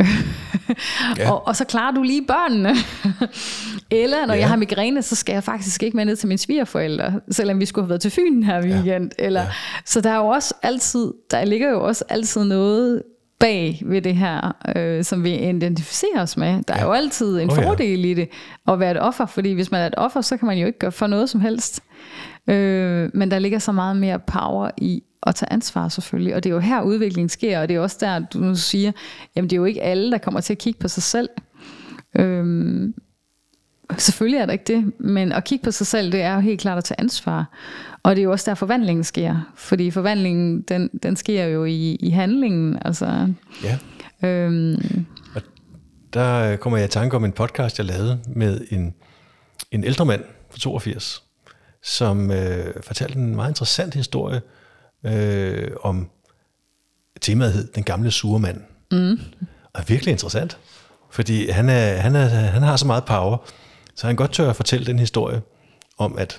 Speaker 2: Og så klarer du lige børnene. Eller når jeg har migræne, så skal jeg faktisk ikke med ned til mine svigerforældre, selvom vi skulle have været til Fyn den her weekend. Så der er jo også altid, der ligger jo også altid noget bag ved det her, som vi identificerer os med. Der er jo altid en fordel i det at være et offer, fordi hvis man er et offer, så kan man jo ikke gøre for noget som helst. Men der ligger så meget mere power i at tage ansvar selvfølgelig, og det er jo her udviklingen sker, og det er også der, du nu siger, jamen det er jo ikke alle, der kommer til at kigge på sig selv. Selvfølgelig er der ikke det, men at kigge på sig selv, det er jo helt klart at tage ansvar. Og det er jo også der forvandlingen sker, fordi forvandlingen, den sker jo i handlingen. Altså. Ja.
Speaker 1: Og der kommer jeg i tanke om en podcast, jeg lavede med en ældre mand på 82, som fortalte en meget interessant historie om temaet hed Den gamle sure mand. Og virkelig interessant, fordi han har så meget power, så han godt tør at fortælle den historie om, at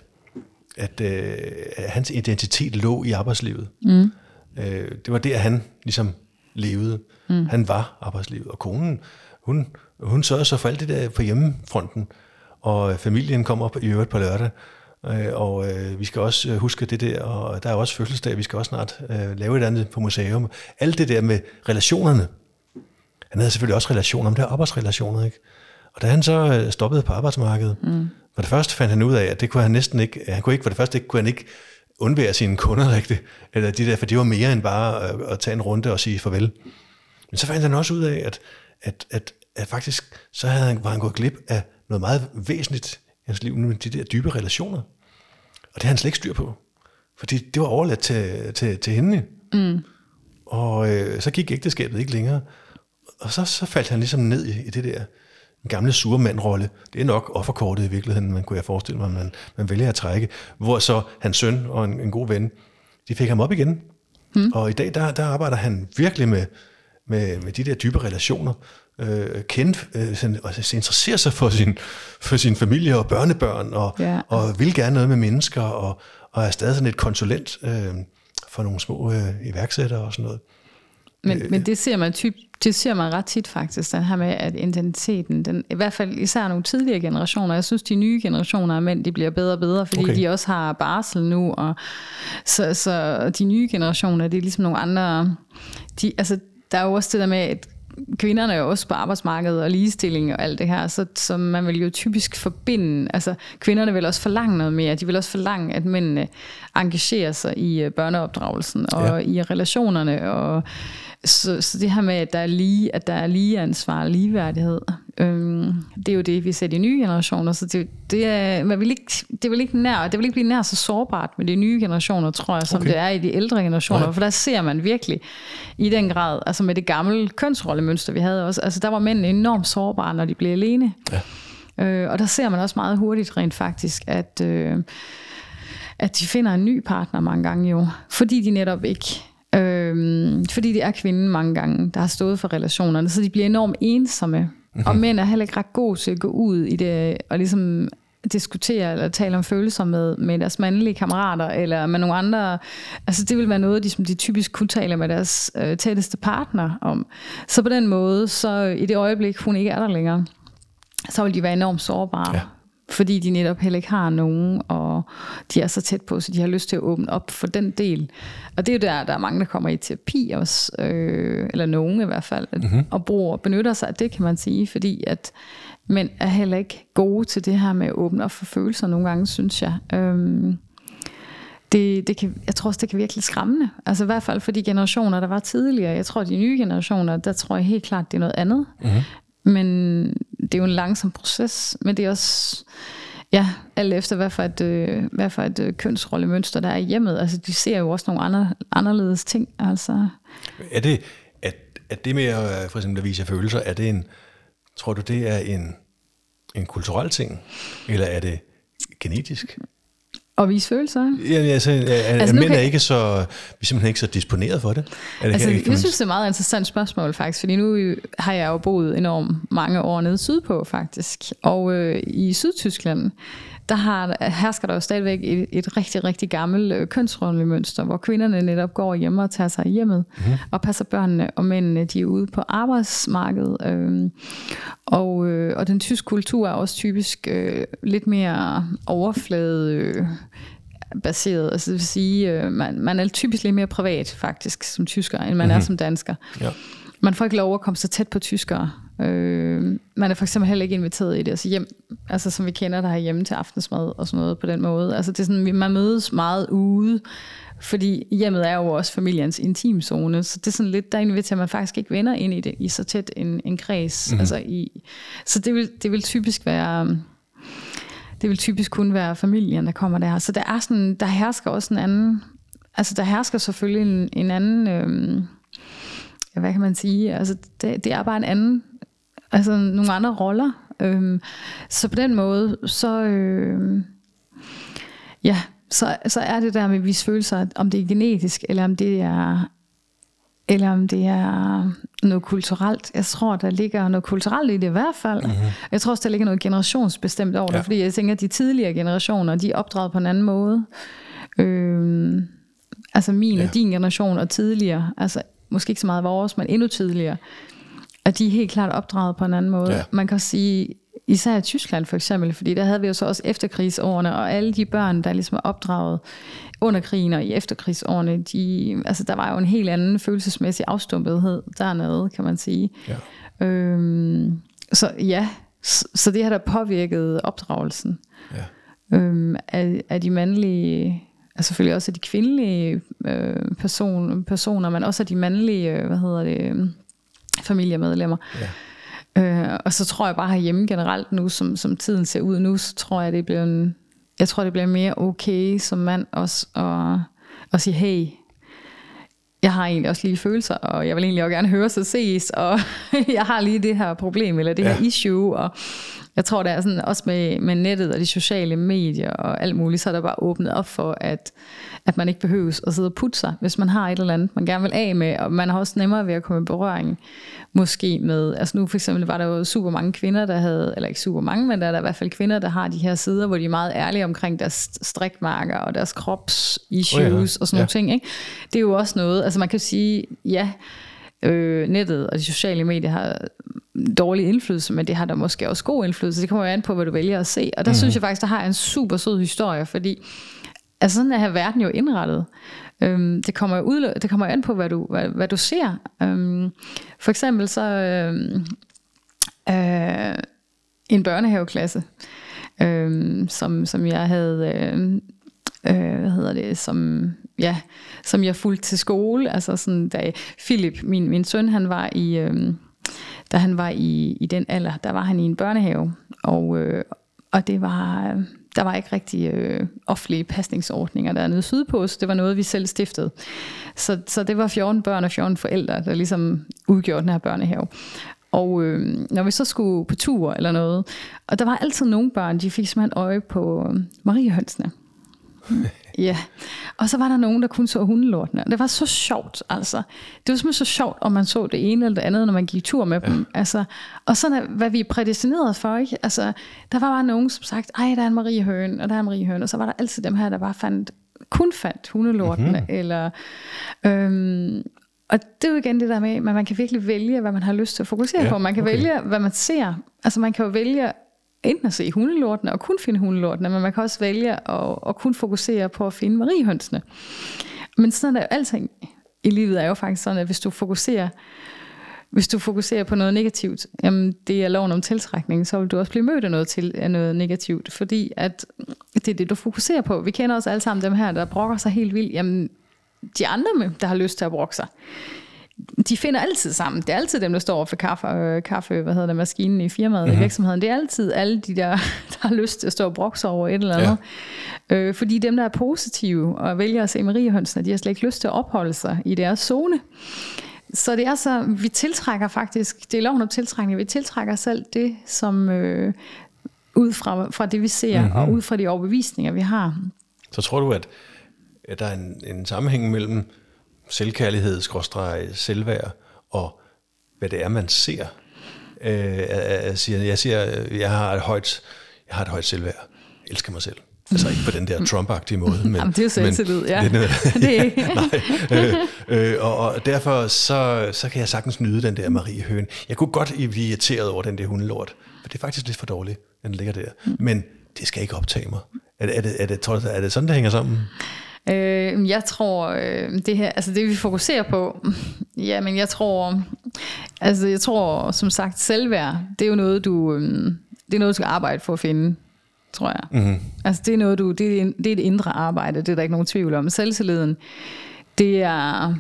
Speaker 1: hans identitet lå i arbejdslivet. Det var der, han ligesom levede. Han var arbejdslivet, og konen, hun sørgede så for alt det der på hjemmefronten, og familien kommer op i øvrigt på lørdag, og vi skal også huske det der, og der er også fødselsdag, vi skal også snart lave et andet på museum. Alt det der med relationerne. Han havde selvfølgelig også relationer, men det er arbejdsrelationer, ikke? Og da han så stoppede på arbejdsmarkedet, for det første fandt han ud af, at det kunne han næsten ikke, kunne han ikke undvære sine kunder rigtigt, eller de der, for det var mere end bare at tage en runde og sige farvel. Men så fandt han også ud af, at faktisk så var han gået glip af noget meget væsentligt i hans liv, med de der dybe relationer. Og det havde han slet ikke styr på, fordi det var overladt til hende. Og så gik ægteskabet ikke længere. Og så faldt han ligesom ned i det der en gamle sure mand-rolle. Det er nok offerkortet i virkeligheden, man kunne jeg forestille mig, man vælger at trække. Hvor så hans søn og en god ven, de fik ham op igen. Og i dag, der arbejder han virkelig med de der dybe relationer. Interesserer sig for sin familie og børnebørn, og vil gerne noget med mennesker, og er stadig sådan et konsulent for nogle små iværksættere og sådan noget.
Speaker 2: Men det ser man ret tit faktisk, den her med, at identiteten, i hvert fald især nogle tidligere generationer, jeg synes, de nye generationer af mænd, de bliver bedre og bedre, fordi de også har barsel nu, og så de nye generationer, det er ligesom nogle andre, der er jo også det der med, at kvinderne er jo også på arbejdsmarkedet og ligestilling og alt det her, så man vil jo typisk forbinde, altså kvinderne vil også forlange noget mere, de vil også forlange, at mændene engagerer sig i børneopdragelsen og i relationerne, og så det her med, at der er lige ansvar og ligeværdighed, det er jo det, vi ser i de nye generationer, så det vil ikke blive nær så sårbart med de nye generationer, tror jeg, som det er i de ældre generationer, for der ser man virkelig i den grad, altså med det gamle kønsrollemønster, vi havde også, altså der var mænd enormt sårbare, når de blev alene, og der ser man også meget hurtigt rent faktisk, at de finder en ny partner mange gange jo, fordi de netop ikke fordi det er kvinden mange gange, der har stået for relationerne, så de bliver enormt ensomme. Og mænd er heller ikke ret gode til at gå ud i det, og ligesom diskutere eller tale om følelser med deres mandlige kammerater, eller med nogle andre. Altså det vil være noget, de typisk kunne tale med deres tætteste partner om. Så på den måde, så i det øjeblik, hun ikke er der længere, så vil de være enormt sårbare. Ja. Fordi de netop heller ikke har nogen, og de er så tæt på, så de har lyst til at åbne op for den del. Og det er jo der er mange, der kommer i terapi også, eller nogen i hvert fald, og benytter sig af det, kan man sige, fordi at mænd er heller ikke gode til det her med at åbne op for følelser nogle gange, synes jeg. Jeg tror også, det kan virkelig skræmmende. Altså i hvert fald for de generationer, der var tidligere. Jeg tror, de nye generationer, der tror jeg helt klart, det er noget andet. Men det er jo en langsom proces, men det er også, alt efter hvad for et kønsrollemønster, der er i hjemmet. Altså de ser jo også nogle anderledes ting. Altså.
Speaker 1: Er det med at for eksempel at vise følelser, tror du det er en kulturel ting, eller er det genetisk?
Speaker 2: Og vise følelser?
Speaker 1: Ja, altså mænd er ikke så, vi er simpelthen ikke så disponeret for det.
Speaker 2: Jeg synes, det er et meget interessant spørgsmål faktisk, fordi nu har jeg jo boet enormt mange år nede sydpå faktisk, og i Sydtyskland, der hersker der jo stadigvæk et rigtig, rigtig gammelt kønsrollemønster, hvor kvinderne netop går hjemme og tager sig i hjemmet, og passer børnene, og mændene de er ude på arbejdsmarkedet. Og den tyske kultur er også typisk lidt mere overflade baseret. Altså det vil sige, man er typisk lidt mere privat faktisk som tysker, end man er som dansker. Ja. Man får ikke lov at komme så tæt på tyskere. Man er for eksempel heller ikke inviteret i deres hjem, altså som vi kender der hjemme til aftensmad og sådan noget på den måde. Altså det er sådan, man mødes meget ude, fordi hjemmet er jo også familiens intimzone, så det er sådan lidt, der inviterer man faktisk ikke venner ind i det i så tæt en kreds. Altså så det vil typisk være, det vil typisk kun være familien, der kommer der. Så der er sådan, der hersker også en anden, altså der hersker selvfølgelig en anden. Hvad kan man sige? Altså det er bare en anden, altså nogle andre roller. Så på den måde, så er det der med at vise følelser, om det er genetisk, eller om det er noget kulturelt. Jeg tror, der ligger noget kulturelt i det i hvert fald. Jeg tror også, der ligger noget generationsbestemt over det, fordi jeg tænker, at de tidligere generationer, de er opdraget på en anden måde. Altså min og din generation og tidligere, altså måske ikke så meget vores, men endnu tidligere, at de er helt klart opdraget på en anden måde. Ja. Man kan sige, især i Tyskland for eksempel, fordi der havde vi jo så også efterkrigsårene, og alle de børn, der ligesom er opdraget under krigen og i efterkrigsårene, altså der var jo en helt anden følelsesmæssig afstumpethed dernede, kan man sige. Ja. Så det har der påvirket opdragelsen af de mandlige, altså selvfølgelig også af de kvindelige personer, men også af de mandlige, familiemedlemmer. Og så tror jeg bare herhjemme generelt nu, som tiden ser ud nu, så tror jeg, det bliver mere okay som mand også at sige, hey, jeg har egentlig også lige følelser, og jeg vil egentlig også gerne høres og ses, og jeg har lige det her problem, eller det her issue, og jeg tror, der er sådan, også med nettet og de sociale medier og alt muligt, så er der bare åbnet op for, at man ikke behøves at sidde og putte sig, hvis man har et eller andet, man gerne vil af med, og man har også nemmere ved at komme i berøring, måske med, altså nu for eksempel var der jo super mange kvinder, der havde, eller ikke super mange, men der er der i hvert fald kvinder, der har de her sider, hvor de er meget ærlige omkring deres strikmarker og deres kropsissues og sådan nogle ting, ikke? Det er jo også noget, altså man kan sige, nettet og de sociale medier har dårlig indflydelse, men det har der måske også god indflydelse. Det kommer jo an på, hvad du vælger at se. Og der synes jeg faktisk, der har en super sød historie, fordi altså sådan er her verden jo indrettet. Det kommer an på, hvad du ser. For eksempel så en børnehaveklasse, som jeg havde, som jeg fulgte til skole. Altså sådan, da Philip, min søn, da han var i den alder, der var han i en børnehave, og det var... Der var ikke rigtig offentlige pasningsordninger dernede sydpå, så det var noget, vi selv stiftede. Så det var 14 børn og 14 forældre, der ligesom udgjorde den her børnehave. Og når vi så skulle på tur eller noget, og der var altid nogle børn, de fik simpelthen øje på mariehønsene. Ja, og så var der nogen, der kun så hundelortene. Det var så sjovt, altså. Det var simpelthen så sjovt, om man så det ene eller det andet, når man gik tur med dem. Altså, og sådan hvad vi er prædestineret for, ikke? Altså, der var bare nogen, som sagt, ej, der er en mariehøn, og der er en mariehøn, og så var der altid dem her, der bare kun fandt hundelortene, eller... og det er jo igen det der med, at man kan virkelig vælge, hvad man har lyst til at fokusere på. Man kan vælge, hvad man ser. Altså, man kan jo vælge enten at se hundelortene og kun finde hundelortene, men man kan også vælge at kun fokusere på at finde mariehønsene. Men sådan er jo alting i livet er jo faktisk sådan, at hvis du fokuserer på noget negativt, jamen det er loven om tiltrækning, så vil du også blive mødt af noget negativt, fordi at det er det, du fokuserer på. Vi kender også alle sammen dem her, der brokker sig helt vildt. Jamen, de andre, der har lyst til at brokke sig, de finder altid sammen. Det er altid dem, der står for kaffe maskinen i firmaet, i virksomheden. Det er altid alle de der har lyst til at stå og brokke sig over et eller andet. Fordi dem, der er positive og vælger at se mariehønsene, de har slet ikke lyst til at opholde sig i deres zone. Så det er så, vi tiltrækker faktisk, det er loven om tiltrækning, vi tiltrækker selv det, som ud fra det, vi ser, og ud fra de overbevisninger, vi har.
Speaker 1: Så tror du, at der er en sammenhæng mellem selvkærlighed, selvværd, og hvad det er, man ser. Jeg har et højt selvværd. Jeg elsker mig selv. Altså ikke på den der Trump-agtige måde. Men,
Speaker 2: jamen, det er jo selvtillid, ja.
Speaker 1: Det er ikke. Og derfor så kan jeg sagtens nyde den der mariehøne. Jeg kunne godt blive irriteret over den der hundelort, for det er faktisk lidt for dårligt, at den ligger der. Men det skal ikke optage mig. Er det sådan, det hænger sammen?
Speaker 2: Jeg tror det her, altså det vi fokuserer på, men jeg tror som sagt selvværd, det er jo noget du skal arbejde for at finde, tror jeg. Altså det er noget det er et indre arbejde, det er der ikke nogen tvivl om. Selvtilliden, det er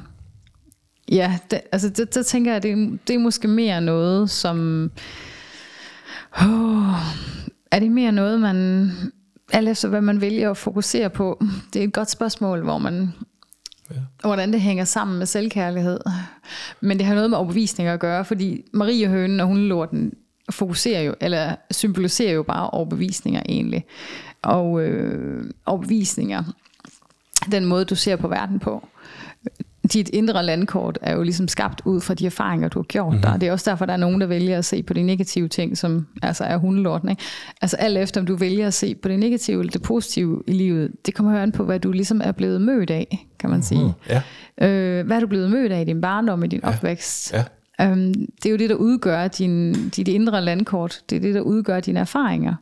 Speaker 2: der tænker jeg, det er måske mere noget som er det mere noget man alt efter hvad man vælger at fokusere på. Det er et godt spørgsmål, hvordan det hænger sammen med selvkærlighed. Men det har noget med overbevisninger at gøre, fordi mariehønen og hundelorten fokuserer jo, eller symboliserer jo bare overbevisninger egentlig. Og overbevisninger, den måde du ser på verden på. Dit indre landkort er jo ligesom skabt ud fra de erfaringer, du har gjort der. Det er også derfor, der er nogen, der vælger at se på de negative ting, som altså er hundelorten. Ikke? Altså alt efter, om du vælger at se på det negative eller det positive i livet, det kommer jo an på, hvad du ligesom er blevet mødt af, kan man sige.
Speaker 1: Ja.
Speaker 2: Hvad er du blevet mødt af i din barndom, i din opvækst? Ja. Det er jo det, der udgør dit indre landkort. Det er det, der udgør dine erfaringer.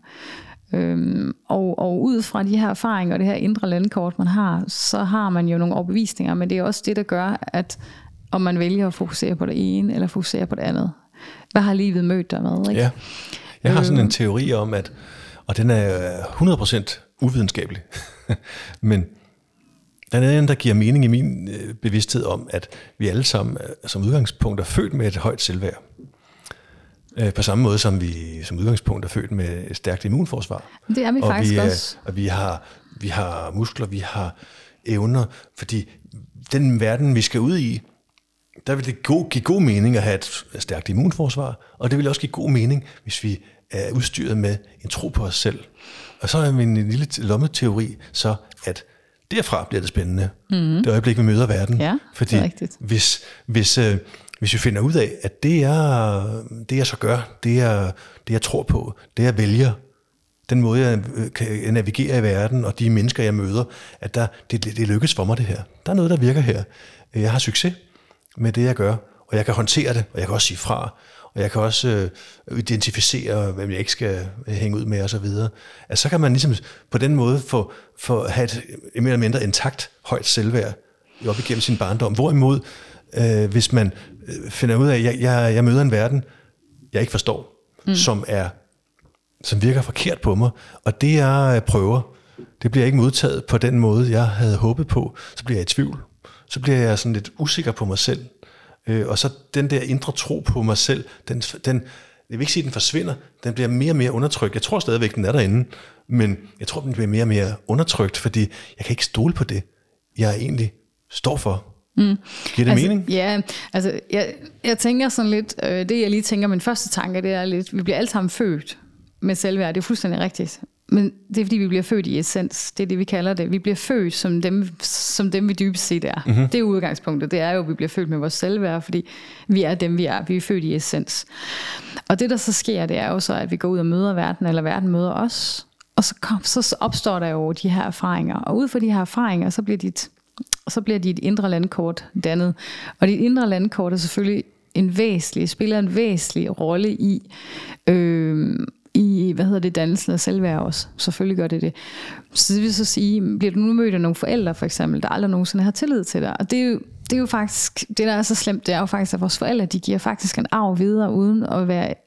Speaker 2: Og ud fra de her erfaringer og det her indre landkort man har, så har man jo nogle overbevisninger, men det er også det, der gør, at om man vælger at fokusere på det ene eller fokusere på det andet. Hvad har livet mødt dig med? Ikke?
Speaker 1: Ja. Jeg har sådan en teori om, at, og den er 100% uvidenskabelig, men den er en, der giver mening i min bevidsthed om, at vi alle sammen som udgangspunkt er født med et højt selvværd. På samme måde som vi som udgangspunkt er født med et stærkt immunforsvar.
Speaker 2: Det er vi faktisk også.
Speaker 1: Og vi har muskler, vi har evner, fordi den verden, vi skal ud i, der vil det give god mening at have et stærkt immunforsvar, og det vil også give god mening, hvis vi er udstyret med en tro på os selv. Og så er min lille lommeteori så, at derfra bliver det spændende. Det øjeblik, vi møder verden.
Speaker 2: Ja,
Speaker 1: fordi
Speaker 2: det er rigtigt.
Speaker 1: Hvis vi finder ud af, at det jeg så gør, det jeg tror på, det jeg vælger, den måde jeg kan navigere i verden, og de mennesker jeg møder, at det lykkes for mig det her. Der er noget, der virker her. Jeg har succes med det jeg gør, og jeg kan håndtere det, og jeg kan også sige fra, og jeg kan også identificere, hvem jeg ikke skal hænge ud med, og så videre. Altså, så kan man ligesom på den måde få have et mere eller mindre intakt højt selvværd, op igennem sin barndom. Hvorimod, hvis man finder ud af, at jeg møder en verden, jeg ikke forstår, som virker forkert på mig, og det jeg prøver, det bliver ikke modtaget på den måde, jeg havde håbet på, så bliver jeg i tvivl. Så bliver jeg sådan lidt usikker på mig selv. Og så den der indre tro på mig selv, den jeg vil ikke sige, at den forsvinder, den bliver mere og mere undertrykt. Jeg tror stadigvæk, den er derinde, men jeg tror, den bliver mere og mere undertrykt, fordi jeg kan ikke stole på det, jeg egentlig står for. Giver det mening?
Speaker 2: Ja, altså jeg tænker sådan lidt, det jeg lige tænker, min første tanke, det er lidt, vi bliver alle sammen født med selvværd, det er fuldstændig rigtigt. Men det er fordi, vi bliver født i essens. Det er det, vi kalder det. Vi bliver født som dem vi dybest set er. Mm-hmm. Det er udgangspunktet. Det er jo, at vi bliver født med vores selvværd, fordi vi er dem, vi er. Vi er født i essens. Og det, der så sker, det er jo så, at vi går ud og møder verden, eller verden møder os. Og så opstår der jo de her erfaringer. Og ud fra de her erfaringer, så bliver dit indre landkort dannet. Og dit indre landkort er selvfølgelig spiller en væsentlig rolle i dannelsen af selvværd også. Selvfølgelig gør det. Så det vil så sige, bliver du nu mødt af nogle forældre for eksempel, der aldrig nogensinde har tillid til dig. Og det er jo faktisk, det der er så slemt, det er jo faktisk, at vores forældre, de giver faktisk en arv videre, uden at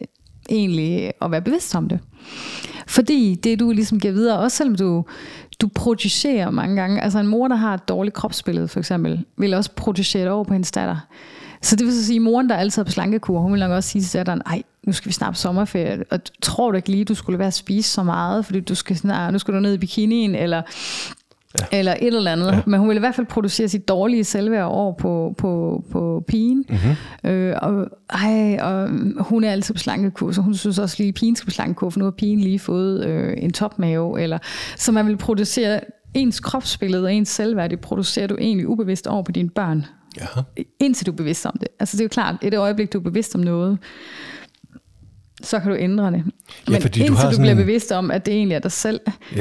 Speaker 2: være bevidst om det. Fordi det du ligesom giver videre, også selvom du projicerer mange gange, altså en mor, der har et dårligt kropsbillede for eksempel, vil også projicere det over på hendes datter. Så det vil så sige, at moren, der altid er på slankekur, hun vil nok også sige til datteren, ej, nu skal vi snart på sommerferie, og tror du ikke lige, du skulle være at spise så meget, fordi nu skal du ned i bikinien, eller et eller andet. Ja. Men hun vil i hvert fald producere sit dårlige selvværd over på pigen. Mm-hmm. Og hun er altid på slankekur, så hun synes også lige, at pigen skal på slankekur, for nu har pigen lige fået en topmave. Så man vil producere ens kropsbillede og ens selvværd, det producerer du egentlig ubevidst over på dine børn. Jaha. Indtil du er bevidst om det. Altså det er jo klart, et øjeblik du er bevidst om noget, så kan du ændre det. Men indtil du bliver bevidst om, at det egentlig er dig selv,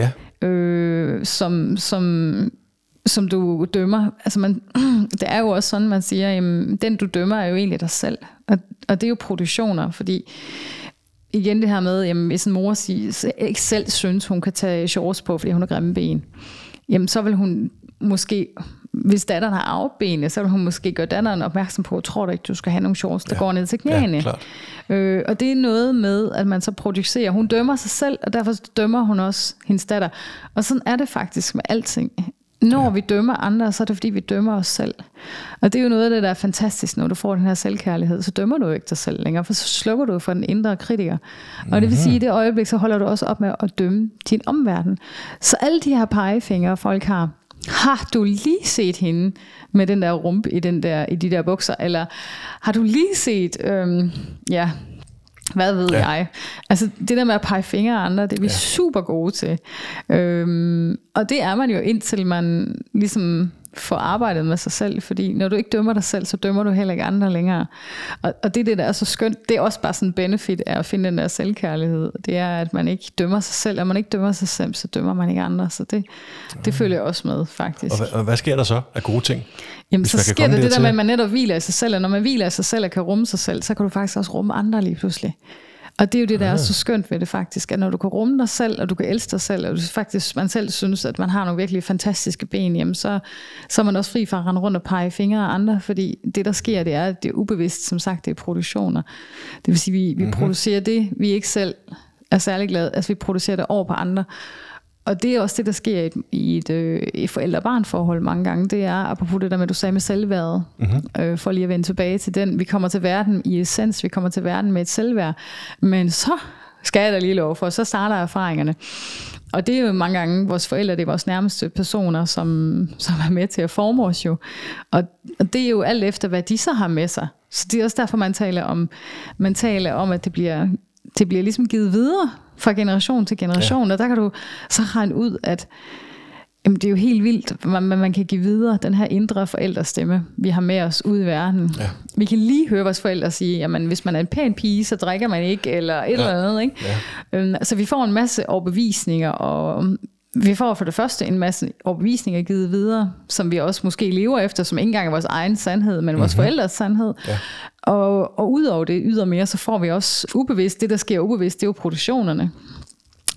Speaker 2: som du dømmer. Altså det er jo også sådan, man siger, jamen, den du dømmer er jo egentlig dig selv. Og det er jo produktioner, fordi igen det her med, jamen, hvis en mor ikke selv synes, hun kan tage shorts på, fordi hun har grimme ben, jamen så vil hun måske, hvis datteren har arvebenene, så vil hun måske gøre datteren opmærksom på, tror du ikke, du skal have nogle shorts, der går ned til knæene. Ja, og det er noget med, at man så producerer. Hun dømmer sig selv, og derfor dømmer hun også hendes datter. Og sådan er det faktisk med alting. Når vi dømmer andre, så er det fordi, vi dømmer os selv. Og det er jo noget af det, der er fantastisk, når du får den her selvkærlighed. Så dømmer du ikke dig selv længere, for så slukker du for den indre kritiker. Og det vil sige, at i det øjeblik, så holder du også op med at dømme din omverden. Så alle de her pegefingre, folk har du lige set hende med den der rump i de der bukser? Eller har du lige set, hvad ved jeg? Altså det der med at pege fingre af andre, det er vi super gode til. Og det er man jo indtil man ligesom får arbejdet med sig selv, fordi når du ikke dømmer dig selv, så dømmer du heller ikke andre længere. Og det der er så skønt, det er også bare sådan en benefit af at finde den der selvkærlighed. Det er, at man ikke dømmer sig selv, og man ikke dømmer sig selv, så dømmer man ikke andre. Så det følger jeg også med, faktisk.
Speaker 1: Og hvad sker der så af gode ting?
Speaker 2: Jamen så sker det der med, at man netop hviler i sig selv, og når man hviler i sig selv og kan rumme sig selv, så kan du faktisk også rumme andre lige pludselig. Og det er jo det, der er så skønt ved det faktisk, at når du kan rumme dig selv, og du kan elske dig selv, og man selv synes, at man har nogle virkelig fantastiske ben, jamen så er man også fri for at rende rundt og pege fingre af andre, fordi det, der sker, det er, at det er ubevidst, som sagt, det er produktioner. Det vil sige, vi producerer det, vi ikke selv er særlig glade, altså vi producerer det over på andre. Og det er også det, der sker i et forældre-barn-forhold mange gange. Det er, apropos det der med, du sagde med selvværdet, for lige at vende tilbage til den. Vi kommer til verden i essens, vi kommer til verden med et selvværd. Men så skal jeg da lige love for, så starter erfaringerne. Og det er jo mange gange vores forældre, det er vores nærmeste personer, som er med til at forme os jo. Og det er jo alt efter, hvad de så har med sig. Så det er også derfor, man taler om, at det bliver ligesom givet videre fra generation til generation, og der kan du så regne ud, at det er jo helt vildt, man kan give videre den her indre forældrestemme, vi har med os ud i verden. Ja. Vi kan lige høre vores forældre sige, jamen hvis man er en pæn pige, så drikker man ikke, eller et eller andet. Ikke? Ja. Så vi får en masse overbevisninger, og vi får for det første en masse overbevisninger givet videre, som vi også måske lever efter, som ikke engang er vores egen sandhed, men vores forældres sandhed. Ja. Og udover det ydermere, så får vi også ubevidst, det der sker ubevidst, det er jo produktionerne.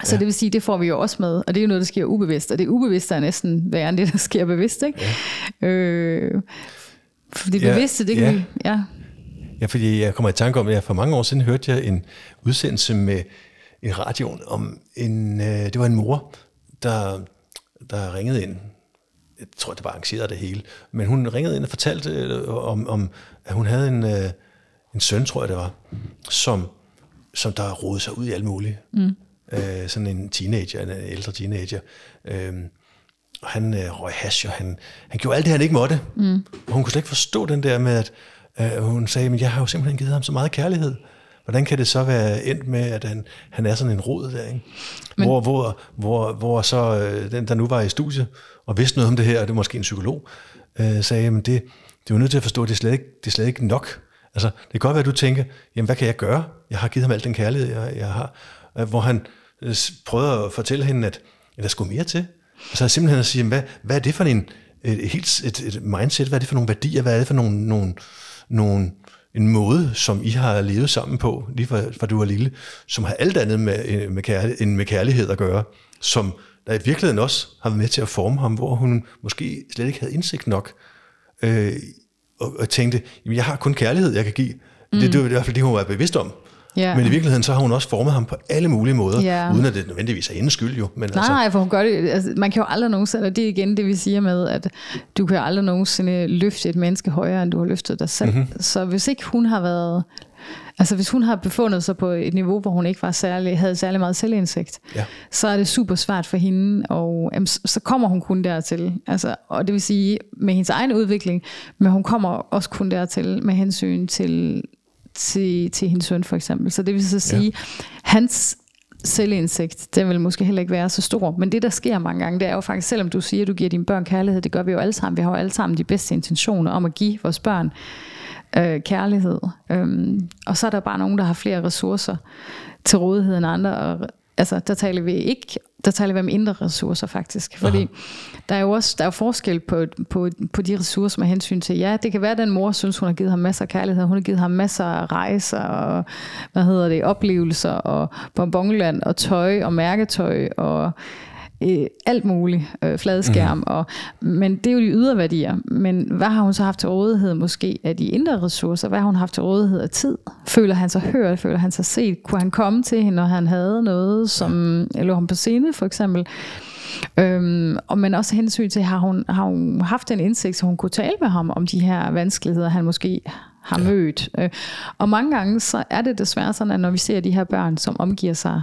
Speaker 2: Så det vil sige, det får vi jo også med, og det er jo noget, der sker ubevidst, og det ubevidste er næsten værre end det, der sker bevidst, ikke? Ja. For det bevidste, det kan vi... Ja.
Speaker 1: Ja, fordi jeg kommer i tanke om, at for mange år siden hørte jeg en udsendelse med en radioen om det var en mor, der ringede ind. Jeg tror, det var arrangeret det hele. Men hun ringede ind og fortalte om at hun havde en søn, tror jeg det var, som der rodede sig ud i alt muligt. Sådan en teenager, en ældre teenager. Og han røg hash, og han gjorde alt det, han ikke måtte. Og hun kunne slet ikke forstå den der med, at hun sagde, men jeg har jo simpelthen givet ham så meget kærlighed. Hvordan kan det så være endt med, at han er sådan en rod der, ikke? Hvor så den, der nu var i studiet, og vidste noget om det her, og det var måske en psykolog, sagde, men det er jo nødt til at forstå, at det er slet ikke nok. Altså, det kan godt være, at du tænker, jamen hvad kan jeg gøre? Jeg har givet ham al den kærlighed, jeg har. Hvor han prøvede at fortælle hende, at der skulle mere til. Altså simpelthen at sige, hvad er det for et mindset? Hvad er det for nogle værdier? Hvad er det for en måde, som I har levet sammen på, lige fra du var lille, som har alt andet med kærlighed at gøre, som der i virkeligheden også har været med til at forme ham, hvor hun måske slet ikke havde indsigt nok, og tænkte, jamen jeg har kun kærlighed, jeg kan give. Det var i hvert fald det, hun var bevidst om. Yeah. Men i virkeligheden så har hun også formet ham på alle mulige måder, uden at det nødvendigvis er hendes skyld jo. Men
Speaker 2: nej, for hun gør det. Altså, man kan jo aldrig nogensinde, og det er igen det vi siger med, at du kan aldrig nogensinde løfte et menneske højere, end du har løftet dig selv. Så hvis ikke hun har været, altså hvis hun har befundet sig på et niveau, hvor hun ikke havde særlig meget selvindsigt, så er det super svært for hende, og så kommer hun kun dertil. Altså, og det vil sige med hendes egen udvikling, men hun kommer også kun dertil med hensyn til hendes søn for eksempel. Så det vil så sige, hans selvindsigt, den vil måske heller ikke være så stor. Men det, der sker mange gange, det er jo faktisk, selvom du siger, at du giver dine børn kærlighed, det gør vi jo alle sammen. Vi har jo alle sammen de bedste intentioner om at give vores børn kærlighed. Og så er der bare nogen, der har flere ressourcer til rådighed end andre. Og, altså, der taler vi om indre ressourcer faktisk. Fordi der er jo forskel på de ressourcer med hensyn til, ja, det kan være, at den mor synes, hun har givet ham masser af kærlighed, hun har givet ham masser af rejser, og oplevelser, og bonbonland, og tøj, og mærketøj, og alt muligt, fladskærm, men det er jo de ydre værdier. Men hvad har hun så haft til rådighed måske af de indre ressourcer? Hvad har hun haft til rådighed af tid? Føler han sig hørt? Føler han sig set? Kunne han komme til hende, når han havde noget, som lå ham på scene for eksempel? Men også hensyn til, har hun haft en indsigt, så hun kunne tale med ham om de her vanskeligheder, han måske har mødt. Og mange gange så er det desværre sådan, at når vi ser de her børn, som omgiver sig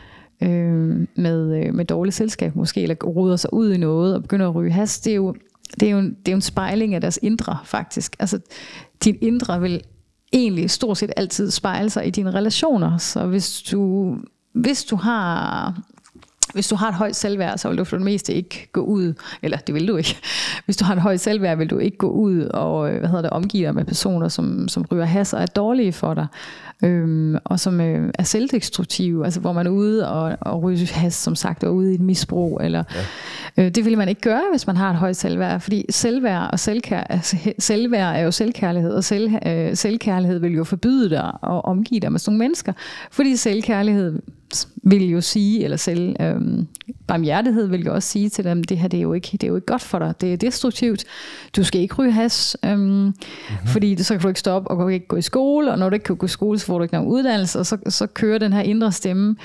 Speaker 2: med dårligt selskab måske, eller roder sig ud i noget og begynder at ryge hash, det er jo en spejling af deres indre faktisk. Altså din indre vil egentlig stort set altid spejle sig i dine relationer. Så hvis du har et højt selvværd, så vil du for det meste ikke gå ud, eller det vil du ikke. Hvis du har et højt selvværd, vil du ikke gå ud og omgive dig med personer, som ryger hash og er dårlige for dig, og som er selvdestruktive, altså hvor man er ude og ryger hash, som sagt, og ude i et misbrug, eller det vil man ikke gøre, hvis man har et højt selvværd, fordi selvværd og selvværd er jo selvkærlighed, og selvkærlighed vil jo forbyde dig at omgive dig med sådan nogle mennesker, fordi selvkærlighed vil jo sige, eller barmhjertighed vil jo også sige til dem, det her det er jo ikke godt for dig, det er destruktivt, du skal ikke ryge hash, fordi så kan du ikke stoppe, og du kan ikke gå i skole, og når du ikke kan gå i skole, så får du ikke nogen uddannelse, og så kører den her indre stemme,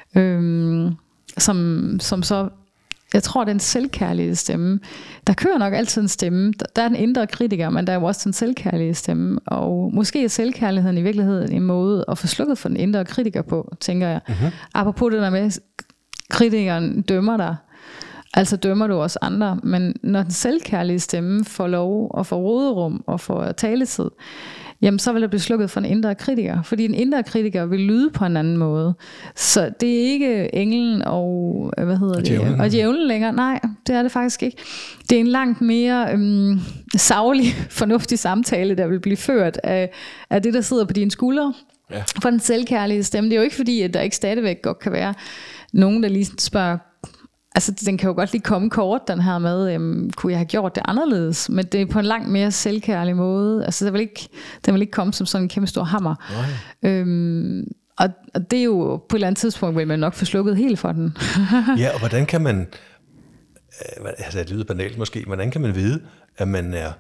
Speaker 2: som så, jeg tror, den selvkærlige stemme, der kører nok altid en stemme, der er den indre kritiker, men der er jo også den selvkærlige stemme, og måske er selvkærligheden i virkeligheden en måde at få slukket for den indre kritiker på, tænker jeg. Apropos det der med, kritikeren dømmer dig, altså dømmer du også andre, men når den selvkærlige stemme får lov at få råderum og får taletid, jamen så vil der blive slukket for en indre kritiker, fordi en indre kritiker vil lyde på en anden måde. Så det er ikke englen og djævlen længere. Nej, det er det faktisk ikke. Det er en langt mere saglig, fornuftig samtale, der vil blive ført af det, der sidder på dine skuldre. Ja. For den selvkærlige stemme. Det er jo ikke fordi, at der ikke stadigvæk godt kan være nogen, der lige spørger, altså den kan jo godt lige komme kort, den her med, kunne jeg have gjort det anderledes, men det er på en langt mere selvkærlig måde. Altså den vil ikke komme som sådan en kæmpe stor hammer. Og det er jo på et eller andet tidspunkt, vil man nok få slukket helt for den.
Speaker 1: Ja, og hvordan kan man, altså det lyder banalt måske, hvordan kan man vide, at man er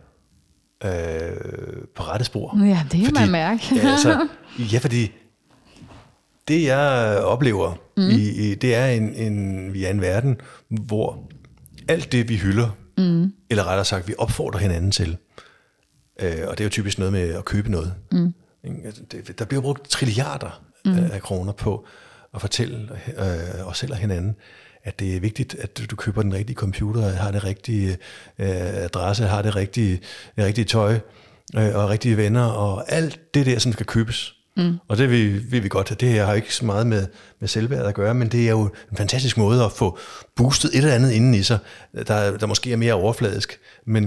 Speaker 1: på rette spor?
Speaker 2: Ja, det kan man mærke.
Speaker 1: Fordi det jeg oplever, det er vi er en verden, hvor alt det vi hylder, eller rettere sagt, vi opfordrer hinanden til, og det er jo typisk noget med at købe noget. Der bliver brugt trilliarder af kroner på at fortælle os selv og hinanden, at det er vigtigt, at du køber den rigtige computer, har det rigtige adresse, har det rigtige tøj, og rigtige venner, og alt det der, som skal købes. Og det vil vi godt. Det her har ikke så meget med selvværd at gøre, men det er jo en fantastisk måde at få boostet et eller andet inden i sig, der måske er mere overfladisk. Men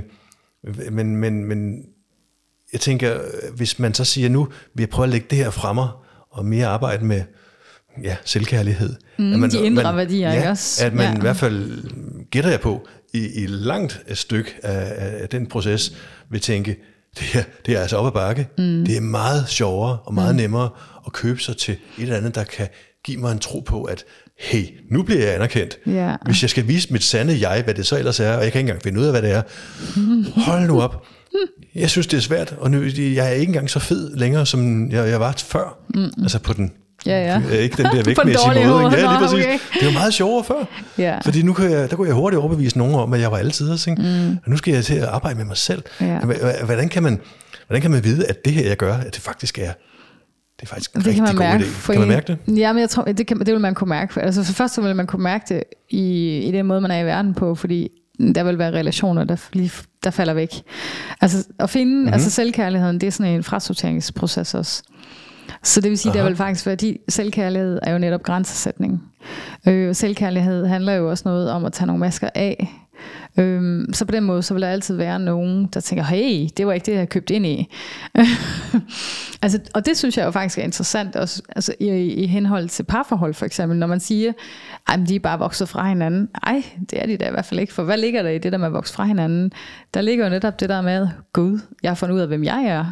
Speaker 1: jeg tænker, hvis man så siger, nu vil jeg prøve at lægge det her fremme, og mere arbejde med selvkærlighed.
Speaker 2: De indre værdier, ikke også?
Speaker 1: At man i hvert fald, gætter jeg på, i langt et stykke af den proces, vil tænke, det er altså op ad bakke. Det er meget sjovere og meget nemmere at købe sig til et eller andet, der kan give mig en tro på, at hey, nu bliver jeg anerkendt.
Speaker 2: Yeah.
Speaker 1: Hvis jeg skal vise mit sande jeg, hvad det så ellers er, og jeg kan ikke engang finde ud af, hvad det er. Hold nu op. Jeg synes, det er svært, og nu, jeg er ikke engang så fed længere, som jeg var før. Altså på den ikke den der vægtmæssige måde. Ja, lige præcis. Okay. Det var meget sjovere før. Yeah. Fordi nu der kunne jeg hurtigt overbevise nogen om, at jeg var altid. Og nu skal jeg til at arbejde med mig selv. Yeah. Hvordan kan man vide, at det her, jeg gør, at det faktisk er... Det er faktisk en rigtig god idé. Kan man mærke det?
Speaker 2: Ja, men jeg tror, det vil man kunne mærke. Altså for først vil man kunne mærke det i den måde, man er i verden på, fordi der vil være relationer, der falder væk. Altså at finde altså selvkærligheden, det er sådan en frasorteringsproces også. Så det vil sige, der vil faktisk være, selvkærlighed er jo netop grænsesætning. Selvkærlighed handler jo også noget om at tage nogle masker af. Så på den måde, så vil der altid være nogen, der tænker, hey, det var ikke det, jeg købte ind i. Altså, og det synes jeg jo faktisk er interessant også, altså i henhold til parforhold for eksempel, når man siger, at de er bare vokset fra hinanden. Ej, det er de da i hvert fald ikke, for hvad ligger der i det der med at vokse fra hinanden? Der ligger jo netop det der med, Gud, jeg har fundet ud af, hvem jeg er.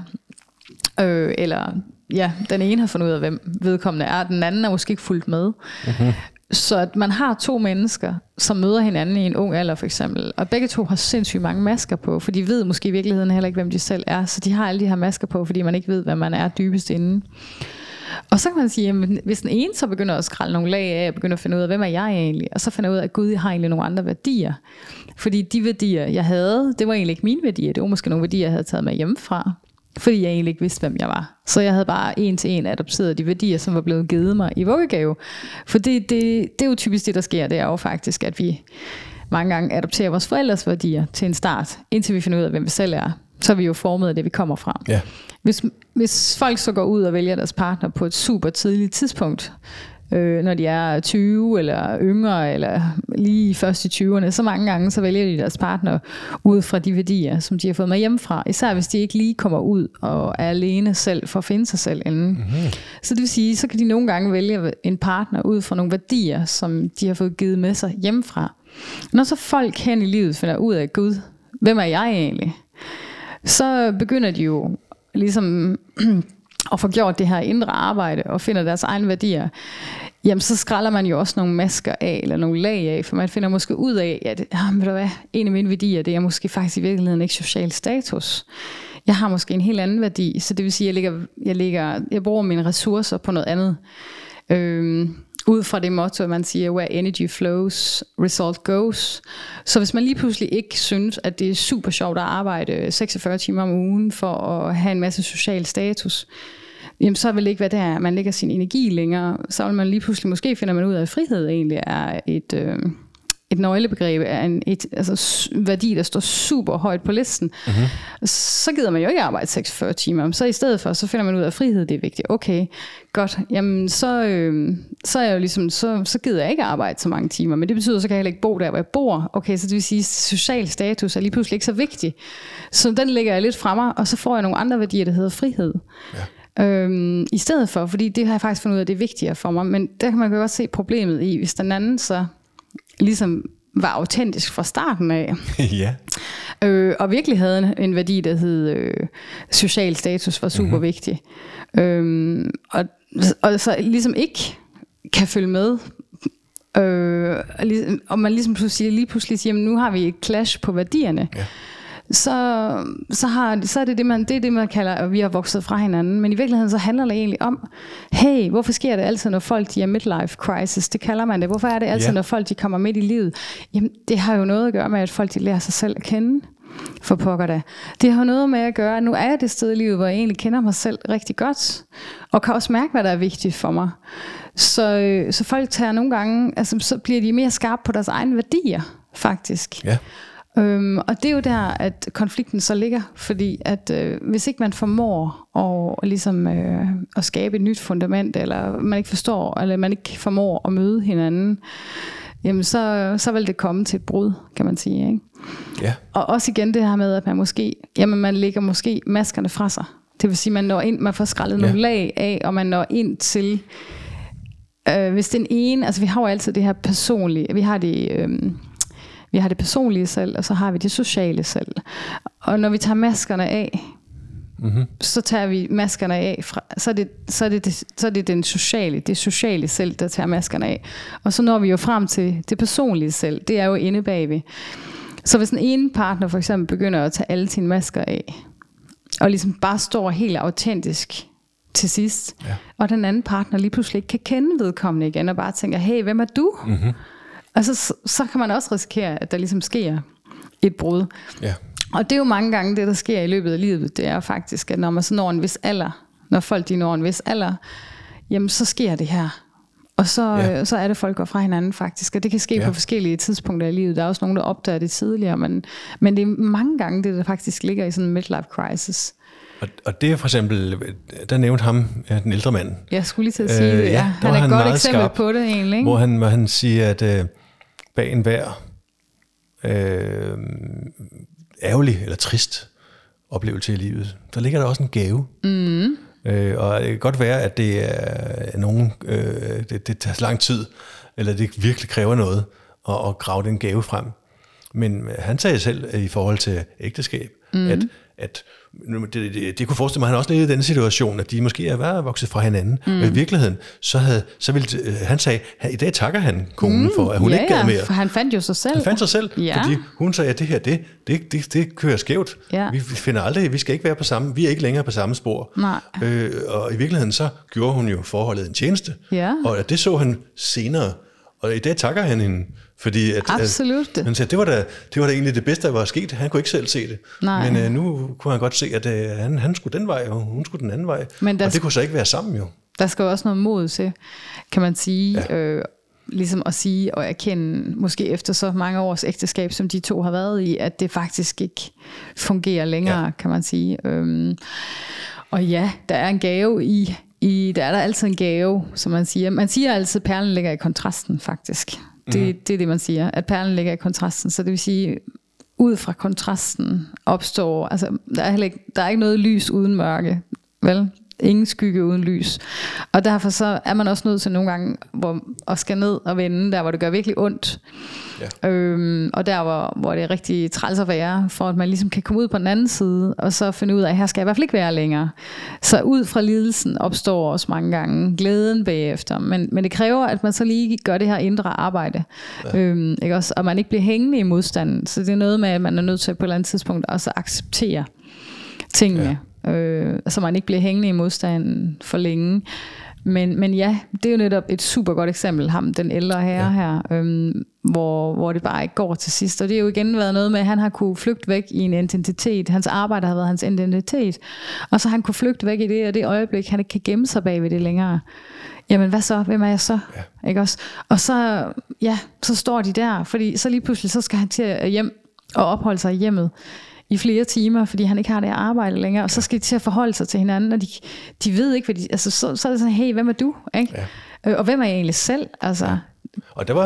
Speaker 2: Eller den ene har fundet ud af, hvem vedkommende er, den anden er måske ikke fulgt med. Så at man har to mennesker, som møder hinanden i en ung alder for eksempel, og begge to har sindssygt mange masker på, for de ved måske i virkeligheden heller ikke, hvem de selv er, så de har alle de her masker på, fordi man ikke ved, hvad man er dybest inde. Og så kan man sige, at hvis den ene så begynder at skrælle nogle lag af, og begynder at finde ud af, hvem er jeg egentlig, og så finder ud af, at Gud, jeg har egentlig nogle andre værdier. Fordi de værdier, jeg havde, det var egentlig ikke mine værdier, det var måske nogle værdier, jeg havde taget med hjemmefra. Fordi jeg egentlig ikke vidste, hvem jeg var. Så jeg havde bare en til en adopteret de værdier, som var blevet givet mig i vuggegave. For det er jo typisk det, der sker. Det er jo faktisk, at vi mange gange adopterer vores forældres værdier til en start, indtil vi finder ud af, hvem vi selv er. Så er vi jo formet af det, vi kommer fra. Ja. Hvis folk så går ud og vælger deres partner på et super tidligt tidspunkt, når de er 20 eller yngre, eller lige først i 20'erne, så mange gange så vælger de deres partner ud fra de værdier, som de har fået med hjemmefra. Især hvis de ikke lige kommer ud og er alene selv for at finde sig selv inden. Så det vil sige, så kan de nogle gange vælge en partner ud fra nogle værdier, som de har fået givet med sig hjemmefra. Når så folk hen i livet finder ud af, Gud, hvem er jeg egentlig? Så begynder de jo ligesom og får gjort det her indre arbejde og finder deres egne værdier, jamen så skræller man jo også nogle masker af, eller nogle lag af, for man finder måske ud af, at ved du hvad, en af mine værdier, det er måske faktisk i virkeligheden ikke social status. Jeg har måske en helt anden værdi, så det vil sige, at jeg bruger mine ressourcer på noget andet. Ud fra det motto, at man siger, where energy flows, result goes. Så hvis man lige pludselig ikke synes, at det er super sjovt at arbejde 46 timer om ugen for at have en masse social status, jamen så vil det ikke være der, man lægger sin energi længere. Så vil man lige pludselig, måske finder man ud af, at frihed egentlig er et nøglebegreb, er en værdi, der står super højt på listen. Så gider man jo ikke arbejde 46 timer. Så i stedet for, så finder man ud af, at frihed det er vigtigt. Okay, godt. Jamen så er jeg jo ligesom, så gider jeg ikke arbejde så mange timer. Men det betyder, så kan jeg heller ikke bo der, hvor jeg bor. Okay, så det vil sige, at social status er lige pludselig ikke så vigtig. Så den lægger jeg lidt fra mig, og så får jeg nogle andre værdier, der hedder frihed. Ja. I stedet for, fordi det har jeg faktisk fundet ud af, det er vigtigere for mig. Men der kan man jo også se problemet i, hvis den anden så ligesom var autentisk fra starten af. Ja. Og virkelig havde en værdi, der hed social status, var super vigtig. Og så ligesom ikke kan følge med. Og man ligesom lige pludselig siger, jamen, nu har vi et clash på værdierne. Ja. Så er det man kalder, at vi har vokset fra hinanden. Men i virkeligheden så handler det egentlig om, hey, hvorfor sker det altid, når folk de er midlife crisis? Det kalder man det. Hvorfor er det altid, når folk de kommer midt i livet? Jamen, det har jo noget at gøre med, at folk de lærer sig selv at kende. For pokker da. Det har noget med at gøre, at nu er jeg det sted i livet, hvor jeg egentlig kender mig selv rigtig godt, og kan også mærke, hvad der er vigtigt for mig. Så folk tager nogle gange, altså så bliver de mere skarpe på deres egne værdier, faktisk.
Speaker 1: Ja.
Speaker 2: Og det er jo der, at konflikten så ligger, fordi at hvis ikke man formår at skabe et nyt fundament, eller man ikke forstår, eller man ikke formår at møde hinanden, jamen så vil det komme til et brud, kan man sige, ikke?
Speaker 1: Ja.
Speaker 2: Og også igen det her med, at man lægger måske maskerne fra sig. Det vil sige, man får skrællet nogle lag af, og man når ind til, hvis den ene, altså vi har jo altid det her personlige, vi har det personlige selv, og så har vi det sociale selv. Og når vi tager maskerne af, så tager vi maskerne af, så er det det sociale selv, der tager maskerne af. Og så når vi jo frem til det personlige selv, det er jo inde bagved. Så hvis den ene partner for eksempel begynder at tage alle sine masker af, og ligesom bare står helt autentisk til sidst, og den anden partner lige pludselig ikke kan kende vedkommende igen, og bare tænker, hey, hvem er du? Altså, så kan man også risikere, at der ligesom sker et brud. Ja. Og det er jo mange gange det, der sker i løbet af livet, det er faktisk, at når man så når en vis alder, når folk de når en vis alder, jamen så sker det her. Og så er det, folk går fra hinanden faktisk, og det kan ske på forskellige tidspunkter i livet. Der er også nogen, der opdager det tidligere, men det er mange gange det, der faktisk ligger i sådan en midlife crisis.
Speaker 1: Og det er for eksempel, der nævnte ham, den ældre mand.
Speaker 2: Jeg skulle lige til at sige det, ja. Han er et godt eksempel skarp på det egentlig, ikke?
Speaker 1: Hvor han siger, at bag enhver ærgerlig eller trist oplevelse i livet, der ligger der også en gave. Og det kan godt være, at det er nogen, det tager lang tid, eller det virkelig kræver noget at grave den gave frem. Men han sagde selv i forhold til ægteskab, at det kunne forestille mig, at han også lidt i den situation, at de måske er været vokset fra hinanden. Men i virkeligheden, så ville han sagde, at i dag takker han konen for, at hun ikke gad mere.
Speaker 2: For han fandt jo sig selv.
Speaker 1: Han fandt sig selv, fordi hun sagde, at det her, det kører skævt. Ja. Vi finder aldrig, vi skal ikke være på samme, vi er ikke længere på samme spor. Og i virkeligheden, så gjorde hun jo forholdet en tjeneste. Ja. Og det så han senere. Og i dag takker han hende, fordi
Speaker 2: absolut.
Speaker 1: Han sagde, det var da egentlig det bedste, der var sket. Han kunne ikke selv se det. Nej. Men nu kunne han godt se, at han skulle den vej, og hun skulle den anden vej. Og det kunne så ikke være sammen jo.
Speaker 2: Der skal jo også noget mod til, kan man sige. Ligesom at sige og erkende, måske efter så mange års ægteskab, som de to har været i, at det faktisk ikke fungerer længere, kan man sige. Og ja, der er en gave der er der altid en gave, som man siger. Man siger altid, at perlen ligger i kontrasten, faktisk. Det er det, man siger, at perlen ligger i kontrasten. Så det vil sige, ud fra kontrasten opstår, altså der er ikke noget lys uden mørke, vel? Ingen skygge uden lys. Og derfor så er man også nødt til nogle gange at skal ned og vende, der hvor det gør virkelig ondt. Ja. Og der hvor det er rigtig træls at være, for at man ligesom kan komme ud på den anden side, og så finde ud af, at her skal jeg i hvert fald ikke være længere. Så ud fra lidelsen opstår også mange gange glæden bagefter. Men det kræver, at man så lige gør det her indre arbejde. Ja. Ikke også? Og man ikke bliver hængende i modstanden. Så det er noget med, at man er nødt til på et eller andet tidspunkt også at acceptere tingene. Ja. Så man ikke bliver hængende i modstanden for længe. Men ja, det er jo netop et super godt eksempel, ham, den ældre herre her, hvor det bare ikke går til sidst. Og det har jo igen været noget med, at han har kunne flygte væk i en identitet. Hans arbejde har været hans identitet. Og så han kunne flygte væk i det, og det øjeblik, han ikke kan gemme sig bag ved det længere. Jamen hvad så? Hvem er jeg så? Ja. Ikke også? Og så står de der, fordi så lige pludselig, så skal han til hjem og opholde sig i hjemmet i flere timer, fordi han ikke har det at arbejde længere, og så skal de til at forholde sig til hinanden, og de ved ikke, hvad de, altså så er det sådan, hey, hvem er du? Ikke? Ja. Og hvem er jeg egentlig selv? Altså.
Speaker 1: Ja. Og der var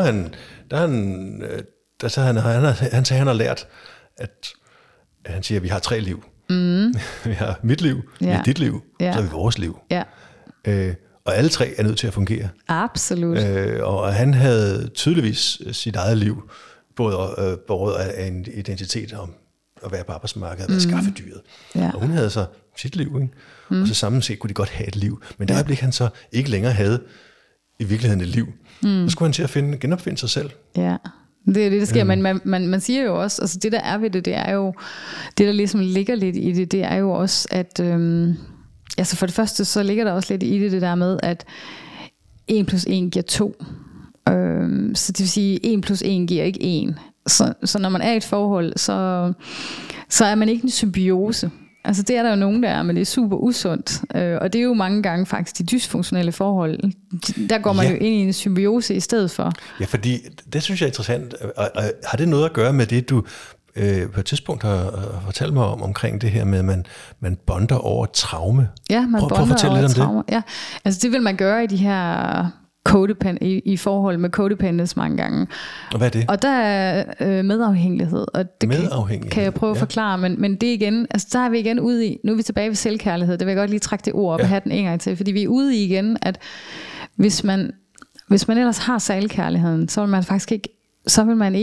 Speaker 1: han sagde, han har lært, at han siger, at vi har 3 liv. Vi har mit liv, vi har dit liv, så har vi vores liv. Ja. Og alle 3 er nødt til at fungere.
Speaker 2: Absolut.
Speaker 1: Og han havde tydeligvis sit eget liv, både af en identitet om at være på arbejdsmarkedet, at være skaffedyret.
Speaker 2: Ja.
Speaker 1: Og hun havde så sit liv, ikke? Og så samlet set kunne de godt have et liv. Men det øjeblik, han så ikke længere havde i virkeligheden et liv, så skulle han til at genopfinde sig selv.
Speaker 2: Ja, det er det, der sker. Men man siger jo også, altså det der er ved det, det er jo, det der ligesom ligger lidt i det, det er jo også, at altså for det første, så ligger der også lidt i det der med, at 1 + 1 giver 2. Så det vil sige, 1 + 1 giver ikke 1. Så når man er i et forhold, så er man ikke en symbiose. Altså det er der jo nogen, der er, men det er super usundt. Og det er jo mange gange faktisk de dysfunktionelle forhold. Der går man jo ind i en symbiose i stedet for.
Speaker 1: Ja, fordi det synes jeg er interessant. Og har det noget at gøre med det, du på et tidspunkt har fortalt mig omkring det her med, at man bonder over traume?
Speaker 2: Ja, man
Speaker 1: prøv at fortælle lidt om traume.
Speaker 2: Ja, altså det vil man gøre i de her i forhold med codependence mange gange.
Speaker 1: Og hvad er det?
Speaker 2: Og der er medafhængighed, og det kan jeg prøve at forklare, men det igen, altså der er vi igen ude i, nu er vi tilbage ved selvkærlighed, det vil jeg godt lige trække det ord op og have den en gang til, fordi vi er ude i igen, at hvis man ellers har selvkærligheden, så vil man faktisk ikke, så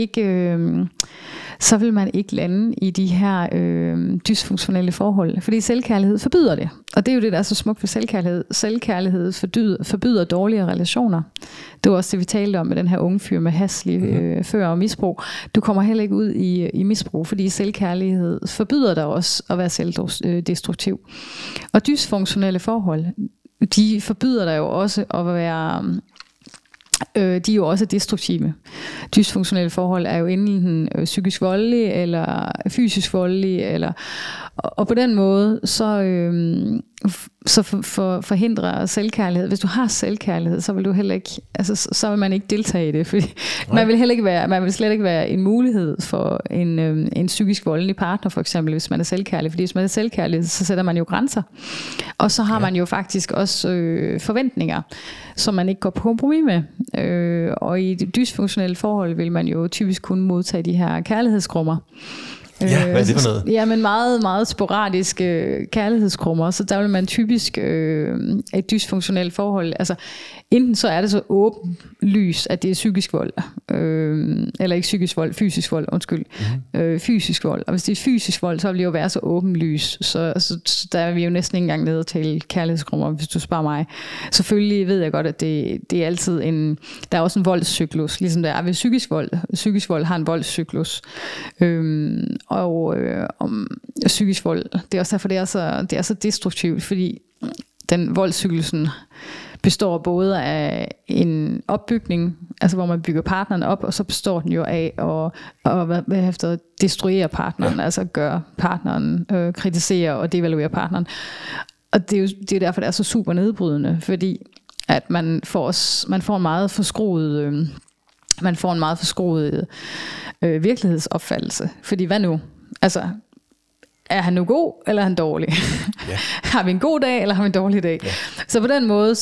Speaker 2: vil man ikke lande i de her dysfunktionelle forhold. Fordi selvkærlighed forbyder det. Og det er jo det, der er så smukt ved selvkærlighed. Selvkærlighed forbyder dårlige relationer. Det var også det, vi talte om med den her unge fyr med haslig før og misbrug. Du kommer heller ikke ud i misbrug, fordi selvkærlighed forbyder dig også at være selvdestruktiv. Og dysfunktionelle forhold, de forbyder dig jo også at være... de er jo også destruktive. Dysfunktionelle forhold er jo enten psykisk voldelige eller fysisk voldelige, og på den måde så forhindrer selvkærlighed. Hvis du har selvkærlighed, så vil du heller ikke, altså så vil man ikke deltage i det, fordi man vil slet ikke være en mulighed for en psykisk voldelig partner, for eksempel, hvis man er selvkærlig. Fordi hvis man er selvkærlig, så sætter man jo grænser. Og så har man jo faktisk også forventninger, som man ikke går på kompromis med. Og i det dysfunktionelle forhold vil man jo typisk kunne modtage de her kærlighedskrummer.
Speaker 1: Ja, hvad er det for noget?
Speaker 2: Ja, men meget, meget sporadiske kærlighedskrummer, så der vil man typisk et dysfunktionelt forhold, altså enten så er det så åbenlys, at det er psykisk vold, eller ikke psykisk vold, fysisk vold, fysisk vold, og hvis det er fysisk vold, så vil det jo være så åbenlys, så der er vi jo næsten ikke engang nede at tale kærlighedskrummer, hvis du spørger mig. Selvfølgelig ved jeg godt, at det er altid der er også en voldscyklus, ligesom der er ved psykisk vold. Psykisk vold har en voldscyklus, og psykisk vold, det er også derfor, det er så destruktivt, fordi den voldscyklusen består både af en opbygning, altså hvor man bygger partneren op, og så består den jo af at destruere partneren, altså gøre partneren, kritisere og devaluere partneren. Og det er derfor, det er så super nedbrydende, fordi at man får en meget forskruet virkelighedsopfattelse. Fordi hvad nu? Altså, er han nu god, eller er han dårlig? Yeah. Har vi en god dag, eller har vi en dårlig dag? Yeah. Så på den måde,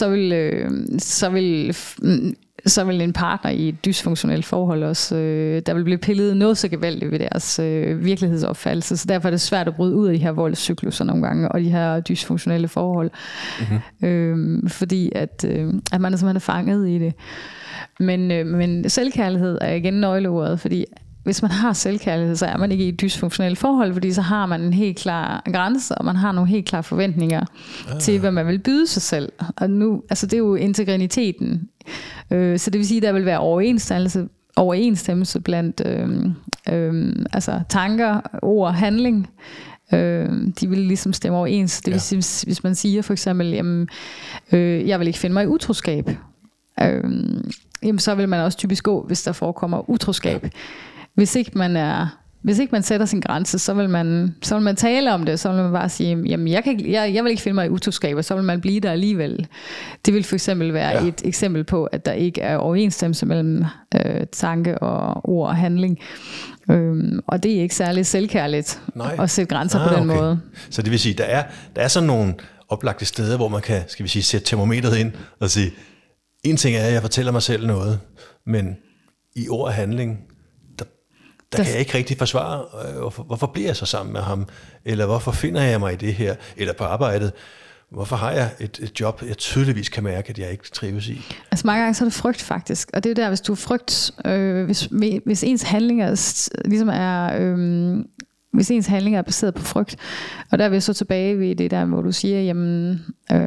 Speaker 2: så vil en partner i et dysfunktionelt forhold også, der vil blive pillet noget så gevaldigt ved deres virkelighedsopfattelse. Så derfor er det svært at bryde ud af de her voldscykluser nogle gange, og de her dysfunktionelle forhold. Fordi at man er simpelthen fanget i det. Men selvkærlighed er igen nøgleordet, fordi hvis man har selvkærlighed, så er man ikke i et dysfunktionelt forhold, fordi så har man en helt klar grænse, og man har nogle helt klare forventninger til, hvad man vil byde sig selv. Og nu, altså det er jo integriteten. Så det vil sige, at der vil være overensstemmelse blandt altså tanker, ord, handling. De vil ligesom stemme overens. Det vil sige, hvis man siger for eksempel, jamen, jeg vil ikke finde mig i utroskab, jamen, så vil man også typisk gå, hvis der forekommer utroskab. Hvis ikke man sætter sin grænse, så vil man tale om det, så vil man bare sige, jamen jeg vil ikke finde mig i utroskab, og så vil man blive der alligevel. Det vil for eksempel være et eksempel på, at der ikke er overensstemmelse mellem tanke og ord og handling. Og det er ikke særlig selvkærligt at sætte grænser på den måde.
Speaker 1: Så det vil sige, der er sådan nogle oplagte steder, hvor man kan, skal vi sige, sætte termometeret ind og sige, en ting er, at jeg fortæller mig selv noget, men i ord og handling, der kan jeg ikke rigtig forsvare, hvorfor bliver jeg så sammen med ham, eller hvorfor finder jeg mig i det her, eller på arbejdet, hvorfor har jeg et job, jeg tydeligvis kan mærke, at jeg ikke trives i.
Speaker 2: Altså mange gange så er det frygt faktisk, og det er der, hvis du frygt, hvis ens handlinger ligesom er hvis ens handlinger er baseret på frygt. Og der er vi så tilbage ved det der, hvor du siger, jamen,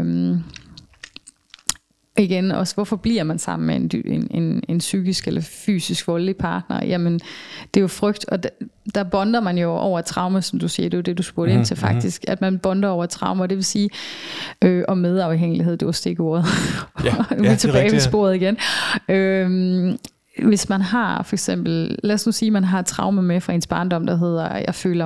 Speaker 2: igen også, hvorfor bliver man sammen med en psykisk eller fysisk voldelig partner? Jamen, det er jo frygt, og der bonder man jo over traume, som du siger, det er jo det, du spurgte ind til faktisk, at man bonder over traume, og det vil sige, og medafhængighed, det var stikordet.
Speaker 1: Ja,
Speaker 2: vi er tilbage ved sporet igen. Hvis man har for eksempel, lad os nu sige, man har et traume med fra ens barndom, der hedder, jeg føler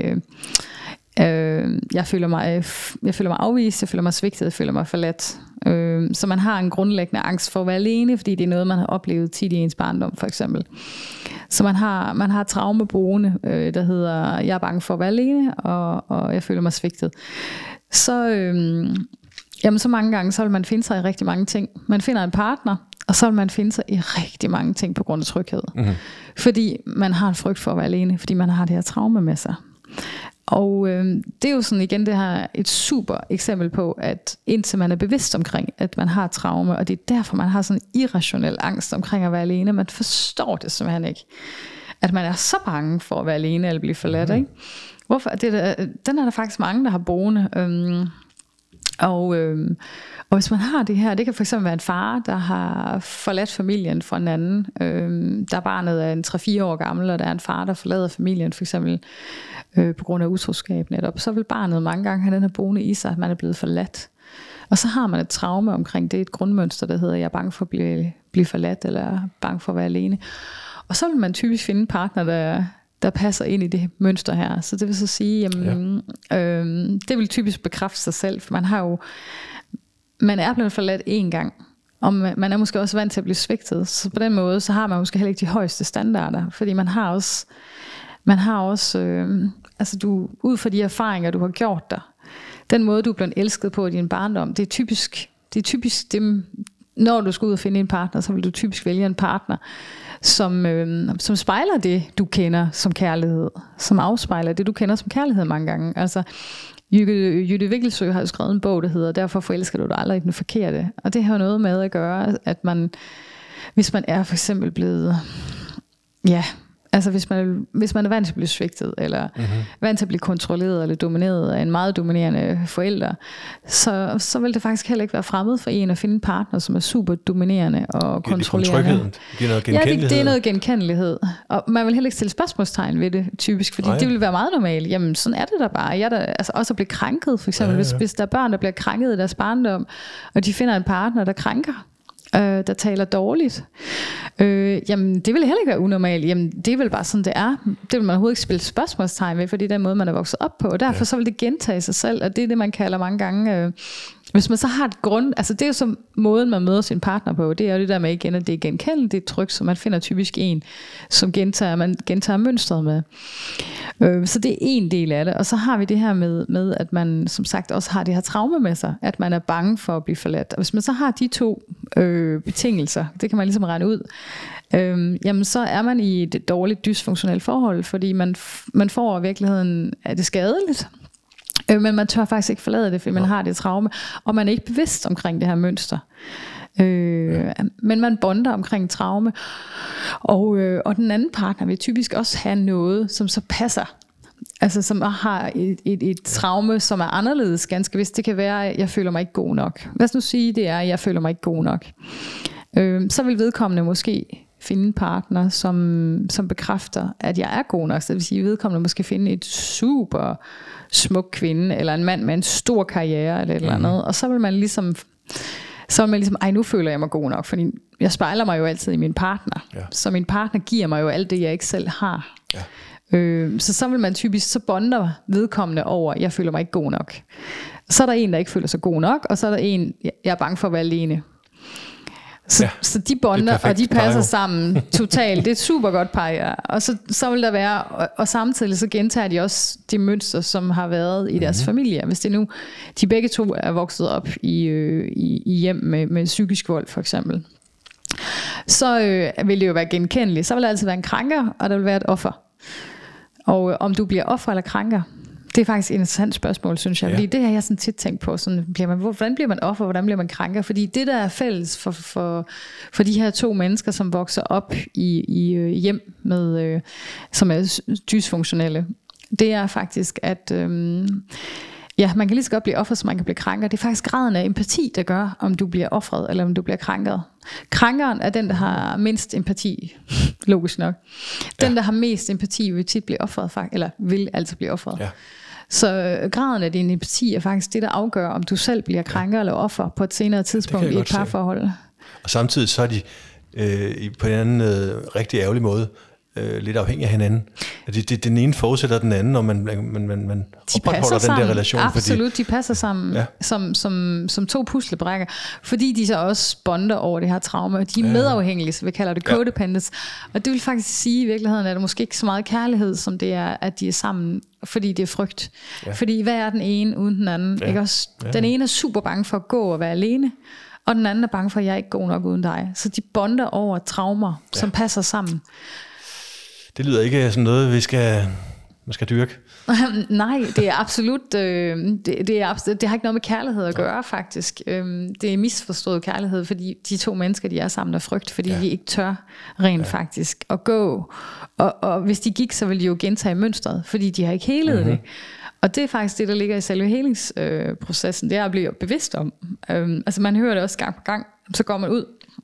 Speaker 2: mig afvist, jeg føler mig svigtet, jeg føler mig forladt. Så man har en grundlæggende angst for at være alene, fordi det er noget, man har oplevet tit i ens barndom, for eksempel. Så man har et traume boende, der hedder, jeg er bange for at være alene, og jeg føler mig svigtet. Så mange gange, så vil man finde sig i rigtig mange ting. Man finder en partner, og så vil man finde sig i rigtig mange ting på grund af tryghed. Mm-hmm. Fordi man har en frygt for at være alene, fordi man har det her traume med sig. Og det er jo sådan igen det her et super eksempel på, at indtil man er bevidst omkring, at man har traume, og det er derfor, man har sådan en irrationel angst omkring at være alene. Man forstår det simpelthen ikke. At man er så bange for at være alene eller blive forladt. Ikke? Hvorfor? Den er der faktisk mange, der har boende. Og hvis man har det her, det kan for eksempel være en far, der har forladt familien fra en anden. Der barnet er en 3-4 år gammel, og der er en far, der forlader familien for eksempel på grund af utroskab netop. Så vil barnet mange gange have den her boende i sig, at man er blevet forladt. Og så har man et traume omkring det, et grundmønster, der hedder, jeg er bange for at blive forladt, eller bange for at være alene. Og så vil man typisk finde en partner, der passer ind i det mønster her. Så det vil så sige, jamen, det vil typisk bekræfte sig selv, for man er blevet forladt én gang, og man er måske også vant til at blive svigtet. Så på den måde, så har man måske heller ikke de højeste standarder, fordi man har også altså du, ud fra de erfaringer, du har gjort dig, den måde, du er blevet elsket på i din barndom, det er typisk det, når du skal ud og finde en partner, så vil du typisk vælge en partner, som spejler det, du kender som kærlighed, som afspejler det, du kender som kærlighed mange gange. Altså, Jytte Vikkelsø har jo skrevet en bog, der hedder, derfor forelsker du dig aldrig den forkerte. Og det har noget med at gøre, at hvis man er for eksempel blevet, altså hvis man er vant til at blive svigtet, eller vant til at blive kontrolleret eller domineret af en meget dominerende forælder, så vil det faktisk heller ikke være fremmed for en at finde en partner, som er super dominerende og kontrollerende.
Speaker 1: Det er noget genkendelighed.
Speaker 2: Ja, det er noget genkendelighed. Og man vil heller ikke stille spørgsmålstegn ved det, typisk, fordi det vil være meget normalt. Jamen, sådan er det der bare. Altså også at blive krænket, for eksempel. Hvis der er børn, der bliver krænket i deres barndom, og de finder en partner, der krænker, der taler dårligt, jamen det vil heller ikke være unormalt. Jamen det er vel bare sådan det er. Det vil man overhovedet ikke spille spørgsmålstegn ved, fordi det er den måde man er vokset op på, og derfor så vil det gentage sig selv, og det er det man kalder mange gange hvis man så har et grund, altså det er jo så måden man møder sin partner på, det er jo det der med igen, at det er genkendeligt, det er trygt, så man finder typisk en, som man gentager mønstret med. Så det er en del af det, og så har vi det her med, at man som sagt også har det her traume med sig, at man er bange for at blive forladt. Og hvis man så har de to betingelser, det kan man ligesom regne ud, jamen så er man i et dårligt dysfunktionelt forhold, fordi man får i virkeligheden, er det skadeligt, men man tør faktisk ikke forlade det, fordi man har det traume, og man er ikke bevidst omkring det her mønster. Men man bonder omkring traume, og den anden partner vil typisk også have noget, som så passer. Altså som har et traume, som er anderledes ganske vist. Det kan være, at jeg føler mig ikke god nok. Lad os nu sige, det er, at jeg føler mig ikke god nok. Så vil vedkommende måske finde en partner, som bekræfter, at jeg er god nok. Så det vil sige, at vedkommende måske finde et super smuk kvinde, eller en mand med en stor karriere, eller et eller andet. Og så vil man ligesom, ej, nu føler jeg mig god nok, fordi jeg spejler mig jo altid i min partner. Ja. Så min partner giver mig jo alt det, jeg ikke selv har. Ja. Så vil man typisk, så bonder vedkommende over, jeg føler mig ikke god nok. Så er der en, der ikke føler sig god nok, og så er der en, jeg er bange for at være alene. Så de bonder, og de passer sammen totalt. Det er et super godt par, ja. Og så vil der være, og samtidig så gentager de også de mønstre, som har været i deres familie. Hvis det nu, de begge to er vokset op i hjem med psykisk vold, for eksempel, så vil det jo være genkendeligt. Så vil der altid være en krænker, og der vil være et offer. Og om du bliver offer eller krænker, det er faktisk et interessant spørgsmål, synes jeg. Fordi det har jeg sådan tit tænkt på. Sådan, hvordan bliver man offer, hvordan bliver man krænker? Fordi det, der er fælles for de her to mennesker, som vokser op i hjem, som er dysfunktionelle, det er faktisk, at man kan lige så godt blive offret, som man kan blive krænker. Det er faktisk graden af empati, der gør, om du bliver offret, eller om du bliver krænket. Krænkeren er den, der har mindst empati, logisk nok. Den, der har mest empati, vil tit blive offret, eller vil altid blive offret. Ja. Så graden af din empati er faktisk det, der afgør, om du selv bliver krænker eller offer på et senere tidspunkt i et parforhold.
Speaker 1: Og samtidig så er de på en anden rigtig ærgerlig måde lidt afhængig af hinanden. Den ene forudsætter den anden, og man opretholder den der relation.
Speaker 2: Absolut, fordi de passer sammen som to puslebrækker, fordi de så også bonder over det her traume, og de er medafhængige, så vi kalder det codependence. Og det vil faktisk sige i virkeligheden, at der måske ikke så meget kærlighed, som det er, at de er sammen, fordi det er frygt. Ja. Fordi hvad er den ene uden den anden? Ikke også? Den ene er super bange for at gå og være alene, og den anden er bange for, at jeg er ikke god nok uden dig. Så de bonder over traumer, som passer sammen.
Speaker 1: Det lyder ikke som noget, man skal dyrke.
Speaker 2: Nej, det er absolut, det har ikke noget med kærlighed at gøre, faktisk. Det er misforstået kærlighed, fordi de to mennesker, de er sammen af frygt, fordi de ikke tør rent faktisk at gå. Og hvis de gik, så ville de jo gentage mønstret, fordi de har ikke helet det. Og det er faktisk det, der ligger i selve helingsprocessen, det er at blive bevidst om. Altså man hører det også gang på gang, så går man ud,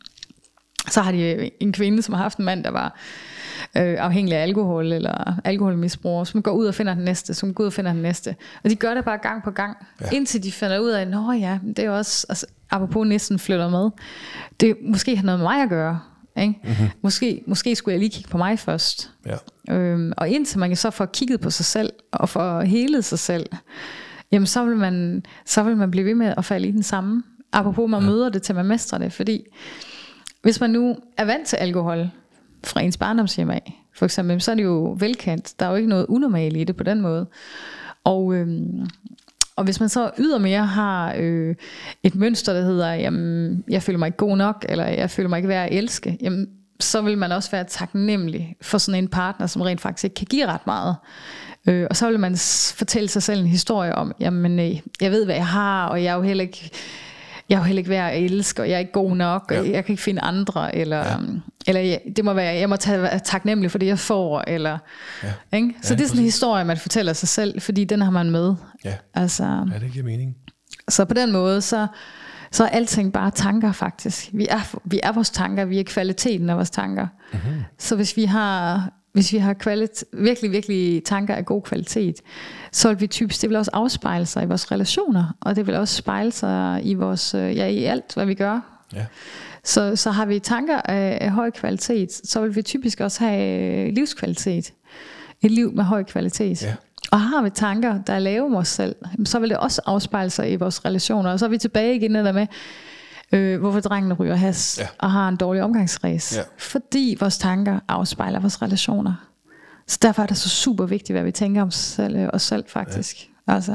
Speaker 2: så har de en kvinde, som har haft en mand, der var afhængig af alkohol eller alkoholmisbrug, som går ud og finder den næste, og de gør det bare gang på gang, indtil de finder ud af, det er også, altså, apropos næsten flytter med, det måske har noget med mig at gøre, ikke? Måske skulle jeg lige kigge på mig først, og indtil man så får kigget på sig selv og får helet sig selv, jamen så vil man blive ved med at falde i den samme, apropos man møder det til man mestrer det, fordi hvis man nu er vant til alkohol fra ens barndomshjem af, for eksempel, så er det jo velkendt. Der er jo ikke noget unormalt i det på den måde. Og hvis man så ydermere har et mønster, der hedder, jamen, jeg føler mig ikke god nok, eller jeg føler mig ikke værd at elske, jamen, så vil man også være taknemmelig for sådan en partner, som rent faktisk ikke kan give ret meget. Og så vil man fortælle sig selv en historie om, jamen, jeg ved, hvad jeg har, og jeg er jo heller ikke værd at elske, og jeg er ikke god nok, og jeg kan ikke finde andre, eller det må være, jeg må være taknemmelig for det, jeg får, eller, ikke? Så det er sådan en historie, man fortæller sig selv, fordi den har man med.
Speaker 1: Ja,
Speaker 2: altså,
Speaker 1: det giver mening. Så
Speaker 2: på den måde, så er alting bare tanker faktisk. Vi er vores tanker, vi er kvaliteten af vores tanker. Så hvis vi har virkelig, virkelig tanker af god kvalitet, så vil vi typisk, det vil også afspejle sig i vores relationer, og det vil også spejle sig i vores, i alt, hvad vi gør. Ja. Så har vi tanker af høj kvalitet, så vil vi typisk også have livskvalitet. Et liv med høj kvalitet. Ja. Og har vi tanker, der er lave om os selv, så vil det også afspejle sig i vores relationer. Og så er vi tilbage igen der med, hvorfor drengene ryger has og har en dårlig omgangskreds. Ja. Fordi vores tanker afspejler vores relationer. Så derfor er det så super vigtigt, hvad vi tænker om os selv faktisk. Ja. Altså.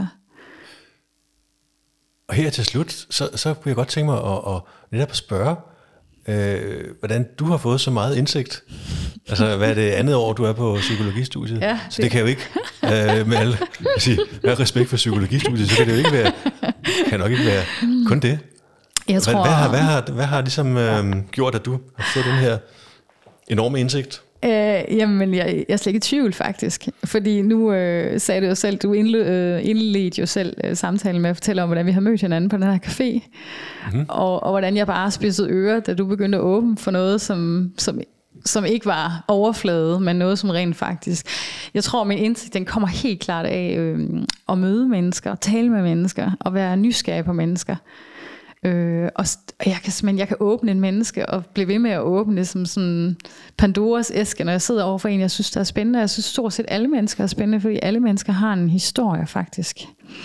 Speaker 1: Og her til slut, så kunne jeg godt tænke mig at netop spørge, hvordan du har fået så meget indsigt. Altså, hvad er det andet år, du er på psykologistudiet? Ja, så det kan jo ikke, med al respekt for psykologistudiet, så kan det jo ikke være, nok ikke være kun det.
Speaker 2: Jeg tror,
Speaker 1: hvad har ligesom gjort, at du har fået den her enorme indsigt?
Speaker 2: Jamen, jeg er slet ikke i tvivl faktisk. Fordi nu sagde du jo selv, du indledte jo selv samtalen med at fortælle om, hvordan vi har mødt hinanden på den her café. Og hvordan jeg bare spidsede ører, da du begyndte at åbne for noget, som ikke var overflade, men noget som rent faktisk. Jeg tror, min indsigt, den kommer helt klart af at møde mennesker, tale med mennesker, og være nysgerrig på mennesker. Og jeg kan åbne en menneske og blive ved med at åbne det som sådan Pandoras æske, når jeg sidder overfor en, jeg synes, der er spændende. Jeg synes stort set alle mennesker er spændende, fordi alle mennesker har en historie faktisk.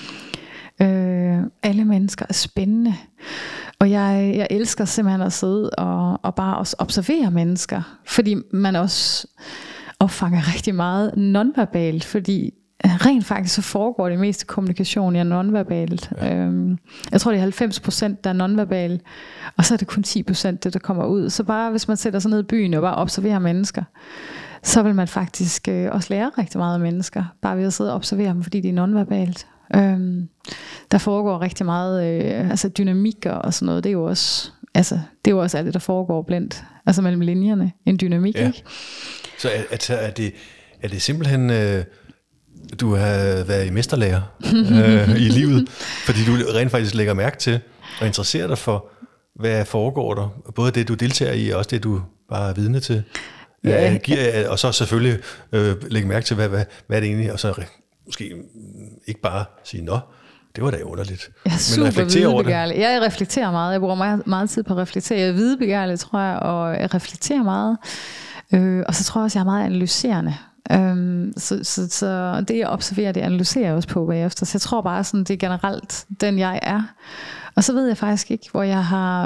Speaker 2: Alle mennesker er spændende. Og jeg elsker simpelthen at sidde og bare også observere mennesker, fordi man også opfanger rigtig meget nonverbalt, fordi rent faktisk så foregår det meste kommunikation nonverbalt. Ja. Jeg tror det er 90%, der er nonverbal, og så er det kun 10% det, der kommer ud. Så bare hvis man sætter sig ned i byen og bare observerer mennesker, så vil man faktisk også lære rigtig meget af mennesker, bare ved at sidde og observere dem, fordi det er nonverbalt. Der foregår rigtig meget dynamik og sådan noget. Det er jo også alt det, der foregår blandt, altså mellem linjerne, en dynamik. Ja. Ikke?
Speaker 1: Så er det simpelthen du har været i mesterlærer i livet, fordi du rent faktisk lægger mærke til og interesserer dig for, hvad foregår der, både det, du deltager i, og også det, du bare er vidne til. Ja. Og så selvfølgelig lægge mærke til, hvad er det egentlig, og så måske ikke bare sige, nå, det var da underligt.
Speaker 2: Jeg er super videbegærlig. Jeg reflekterer meget. Jeg bruger meget, meget tid på at reflektere. Jeg er videbegærlig, tror jeg, og jeg reflekterer meget. Og så tror jeg også, jeg er meget analyserende. Så det, jeg observerer, det analyserer jeg også på bagefter. Så jeg tror bare, sådan, det er generelt den, jeg er. Og så ved jeg faktisk ikke, hvor jeg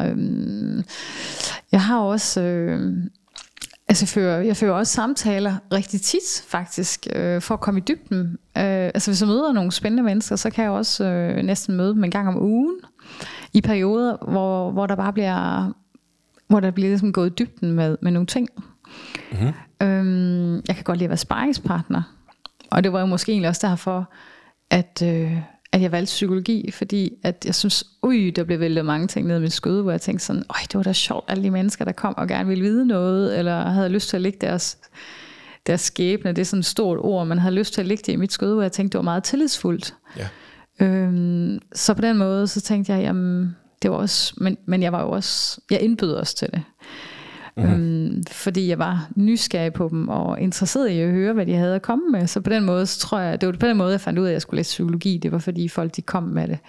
Speaker 2: har også... Altså jeg fører også samtaler rigtig tit faktisk, for at komme i dybden. Altså hvis jeg møder nogle spændende mennesker, så kan jeg også næsten møde dem en gang om ugen, i perioder, hvor der bare bliver ligesom gået i dybden med nogle ting. Mm-hmm. Jeg kan godt lide at være sparringspartner, og det var jo måske egentlig også derfor, at jeg valgte psykologi, fordi at jeg synes, der blev væltet mange ting ned i mit skød, hvor jeg tænkte sådan, det var da sjovt, alle de mennesker, der kom og gerne ville vide noget, eller havde lyst til at lægge deres skæbne, det er sådan et stort ord, man havde lyst til at lægge det i mit skød, hvor jeg tænkte, det var meget tillidsfuldt. Ja. Så på den måde, så tænkte jeg, jamen, det var også, men jeg var jo også, jeg indbød også til det. Mm-hmm. Fordi jeg var nysgerrig på dem og interesseret i at høre, hvad de havde at komme med. Så på den måde, så tror jeg, det var på den måde, jeg fandt ud af, at jeg skulle læse psykologi. Det var fordi folk, de kom med det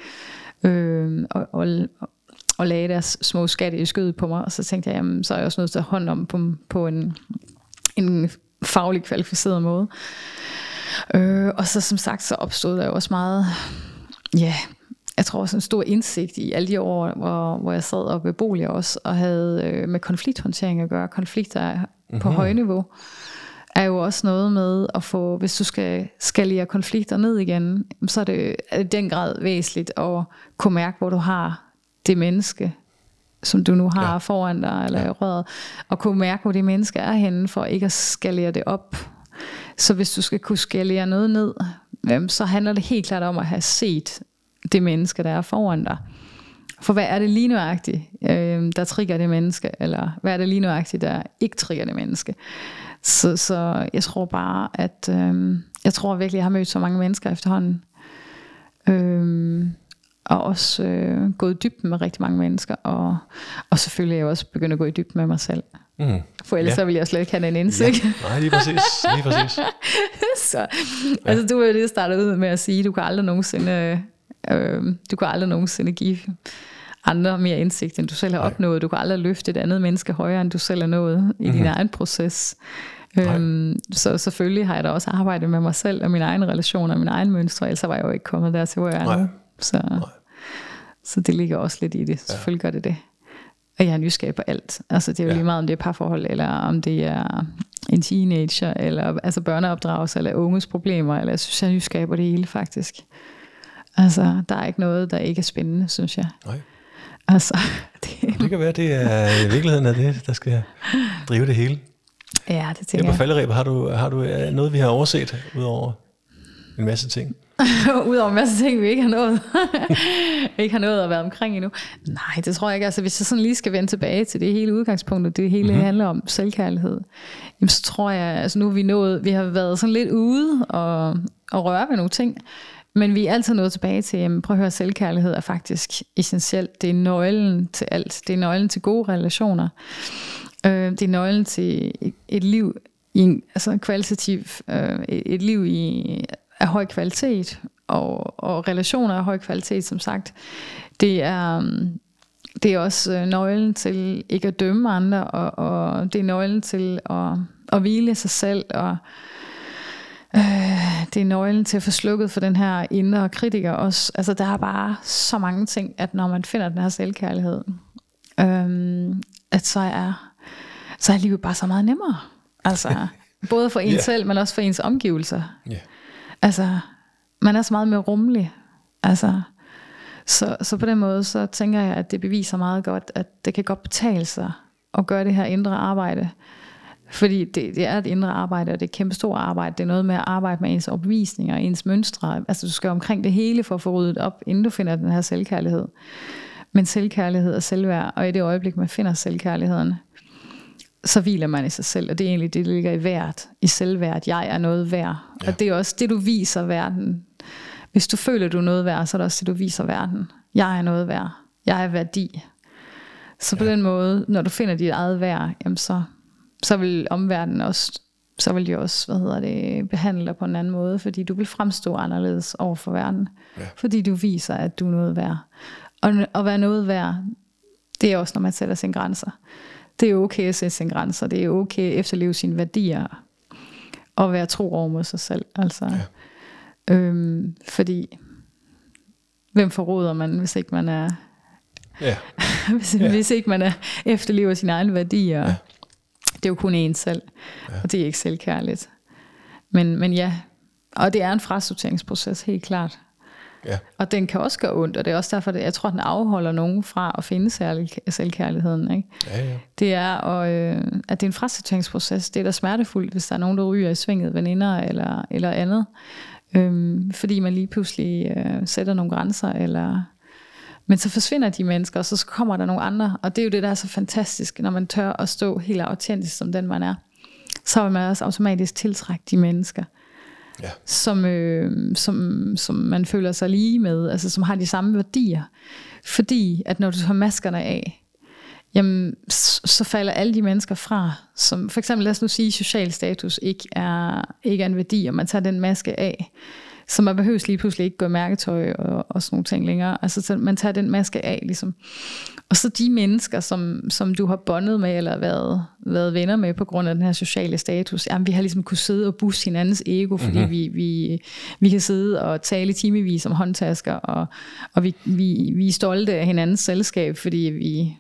Speaker 2: og lagde deres små skatte i skødet på mig. Og så tænkte jeg, jamen, så er jeg også nødt til at hånd om dem på en faglig kvalificeret måde. Og så som sagt, så opstod der jo også meget, jeg tror også en stor indsigt i alle de år, hvor jeg sad oppe ved Bolig også, og havde med konflikthåndtering at gøre. Konflikter på højniveau er jo også noget med at få, hvis du skal skalere konflikter ned igen, så er det i den grad væsentligt at kunne mærke, hvor du har det menneske, som du nu har foran dig, eller i røret, og kunne mærke, hvor det menneske er henne, for ikke at skalere det op. Så hvis du skal kunne skalere noget ned, så handler det helt klart om at have set det menneske, der er foran dig. For hvad er det lige nøjagtigt, der trigger det menneske, eller hvad er det lige nøjagtigt, der ikke trigger det menneske? Så jeg tror bare, at jeg tror virkelig, jeg har mødt så mange mennesker efterhånden, og også gået i dybden med rigtig mange mennesker, og selvfølgelig er jeg også begyndt at gå i dybden med mig selv. Mm. For ellers så ville jeg slet ikke have den indsigt.
Speaker 1: Ja. Nej, lige præcis.
Speaker 2: Så, altså du var jo det, jeg startede ud med at sige, du kan aldrig nogensinde give andre mere indsigt, end du selv har opnået. Du kan aldrig løfte et andet menneske højere, end du selv har nået i din egen proces. Så selvfølgelig har jeg da også arbejdet med mig selv og mine egne relationer og mine egne mønstre, ellers var jeg jo ikke kommet der til, hvor jeg er nu. Så det ligger også lidt i det. Selvfølgelig gør det. Og jeg er nysgerrig på alt. Altså det er jo lige meget, om det er parforhold, eller om det er en teenager, eller altså børneopdragelse, eller unges problemer, eller jeg synes, jeg er nysgerrig på det hele faktisk. Altså, der er ikke noget, der ikke er spændende, synes jeg.
Speaker 1: Nej.
Speaker 2: Altså,
Speaker 1: det kan være, det er i virkeligheden af det, der skal drive det hele.
Speaker 2: Ja, det tænker jeg.
Speaker 1: På falderæbet har du noget, vi har overset, udover en masse ting?
Speaker 2: Udover en masse ting, vi ikke har nået. ikke har nået at være omkring endnu. Nej, det tror jeg ikke. Altså, hvis jeg sådan lige skal vende tilbage til det hele udgangspunkt, det hele handler om selvkærlighed, jamen, så tror jeg, altså nu vi har været sådan lidt ude og røre ved nogle ting, men vi er altid nået tilbage til, jamen, prøv at høre, selvkærlighed er faktisk essentielt. Det er nøglen til alt. Det er nøglen til gode relationer. Det er nøglen til et liv altså kvalitativt, et liv af høj kvalitet, og relationer af høj kvalitet, som sagt. Det er også nøglen til ikke at dømme andre, og det er nøglen til at hvile sig selv, og det er nøglen til at få slukket for den her indre kritiker også. Altså der er bare så mange ting, at når man finder den her selvkærlighed, at så er livet bare så meget nemmere. Altså både for en selv, men også for ens omgivelser. Altså man er så meget mere rummelig. Altså så på den måde, så tænker jeg, at det beviser meget godt, at det kan godt betale sig at gøre det her indre arbejde. Fordi det er et indre arbejde, og det er et kæmpe stort arbejde. Det er noget med at arbejde med ens opvisninger og ens mønstre. Altså du skal omkring det hele for at få ryddet op, inden du finder den her selvkærlighed. Men selvkærlighed og selvværd, og i det øjeblik, man finder selvkærligheden, så hviler man i sig selv, og det er egentlig det, der ligger i værd, i selvværd. Jeg er noget værd, og det er også det, du viser verden. Hvis du føler, du er noget værd, så er det også det, du viser verden. Jeg er noget værd. Jeg er værdi. Så på den måde, når du finder dit eget værd, jamen så vil omverdenen også, så vil de også, behandle dig på en anden måde, fordi du vil fremstå anderledes over for verden. Ja. Fordi du viser, at du er noget værd. Og at være noget værd, det er også, når man sætter sine grænser. Det er okay at sætte sine grænser. Det er okay at efterleve sine værdier. Og være tro over mod sig selv. Altså, fordi, hvem forråder man, hvis ikke man er... Ja. hvis ikke man efterlever sine egne værdier. Ja. Det er jo kun en selv. Ja. Og det er ikke selvkærligt. Men ja, og det er en frasorteringsproces, helt klart. Ja. Og den kan også gøre ondt, og det er også derfor, jeg tror, den afholder nogen fra at finde selvkærligheden. Ikke? Ja. Det er, at det er en frasorteringsproces. Det er da smertefuldt, hvis der er nogen, der ryger i svinget, veninder eller andet. Fordi man lige pludselig sætter nogle grænser, men så forsvinder de mennesker, og så kommer der nogle andre. Og det er jo det, der er så fantastisk, når man tør at stå helt autentisk som den, man er. Så vil man også automatisk tiltrække de mennesker, som man føler sig lige med, altså som har de samme værdier. Fordi at når du tager maskerne af, jamen, så falder alle de mennesker fra, som for eksempel, lad os nu sige, social status ikke er en værdi, og man tager den maske af, så man behøves lige pludselig ikke gå mærketøj og sådan nogle ting længere. Altså, så man tager den maske af, ligesom. Og så de mennesker, som du har bondet med, eller været venner med på grund af den her sociale status, jamen, vi har ligesom kunne sidde og booste hinandens ego, fordi vi kan sidde og tale timevis om håndtasker, og vi er stolte af hinandens selskab, fordi vi...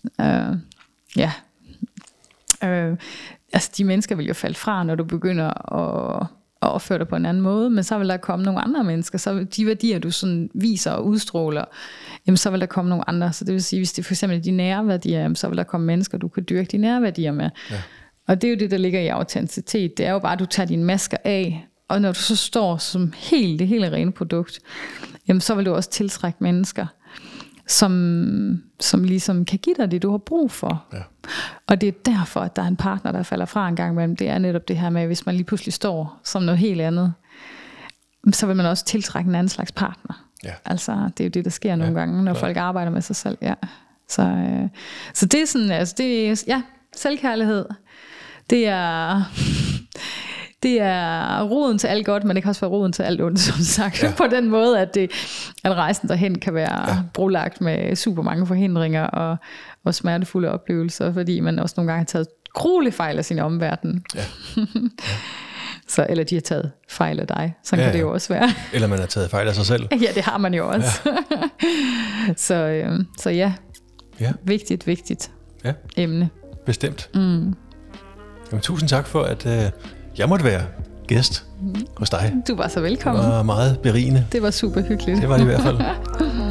Speaker 2: altså, de mennesker vil jo falde fra, når du begynder at opføre dig på en anden måde, men så vil der komme nogle andre mennesker, så de værdier, du sådan viser og udstråler, jamen så vil der komme nogle andre, så det vil sige, hvis det for eksempel er de nære værdier, jamen, så vil der komme mennesker, du kan dyrke de nære værdier med. Ja. Og det er jo det, der ligger i autenticitet, det er jo bare, at du tager dine masker af, og når du så står som det hele rene produkt, jamen så vil du også tiltrække mennesker, som ligesom kan give dig det, du har brug for. Ja. Og det er derfor, at der er en partner, der falder fra en gang imellem. Det er netop det her med, hvis man lige pludselig står som noget helt andet, så vil man også tiltrække en anden slags partner. Ja. Altså, det er jo det, der sker nogle gange, når folk arbejder med sig selv. Ja. Så det er sådan, altså, det er, selvkærlighed. Det er roden til alt godt, men det kan også være roden til alt ondt, som sagt. Ja. På den måde, at rejsen derhen kan være brolagt med super mange forhindringer og smertefulde oplevelser, fordi man også nogle gange har taget gruelige fejl af sin omverden. Ja. Så, eller de har taget fejl af dig. Sådan kan det jo også være. Eller man har taget fejl af sig selv. Ja, det har man jo også. Ja. Så ja. Vigtigt emne. Bestemt. Jamen, tusind tak for, at jeg måtte være gæst hos dig. Du var så velkommen. Det var meget berigende. Det var super hyggeligt. Det var det i hvert fald.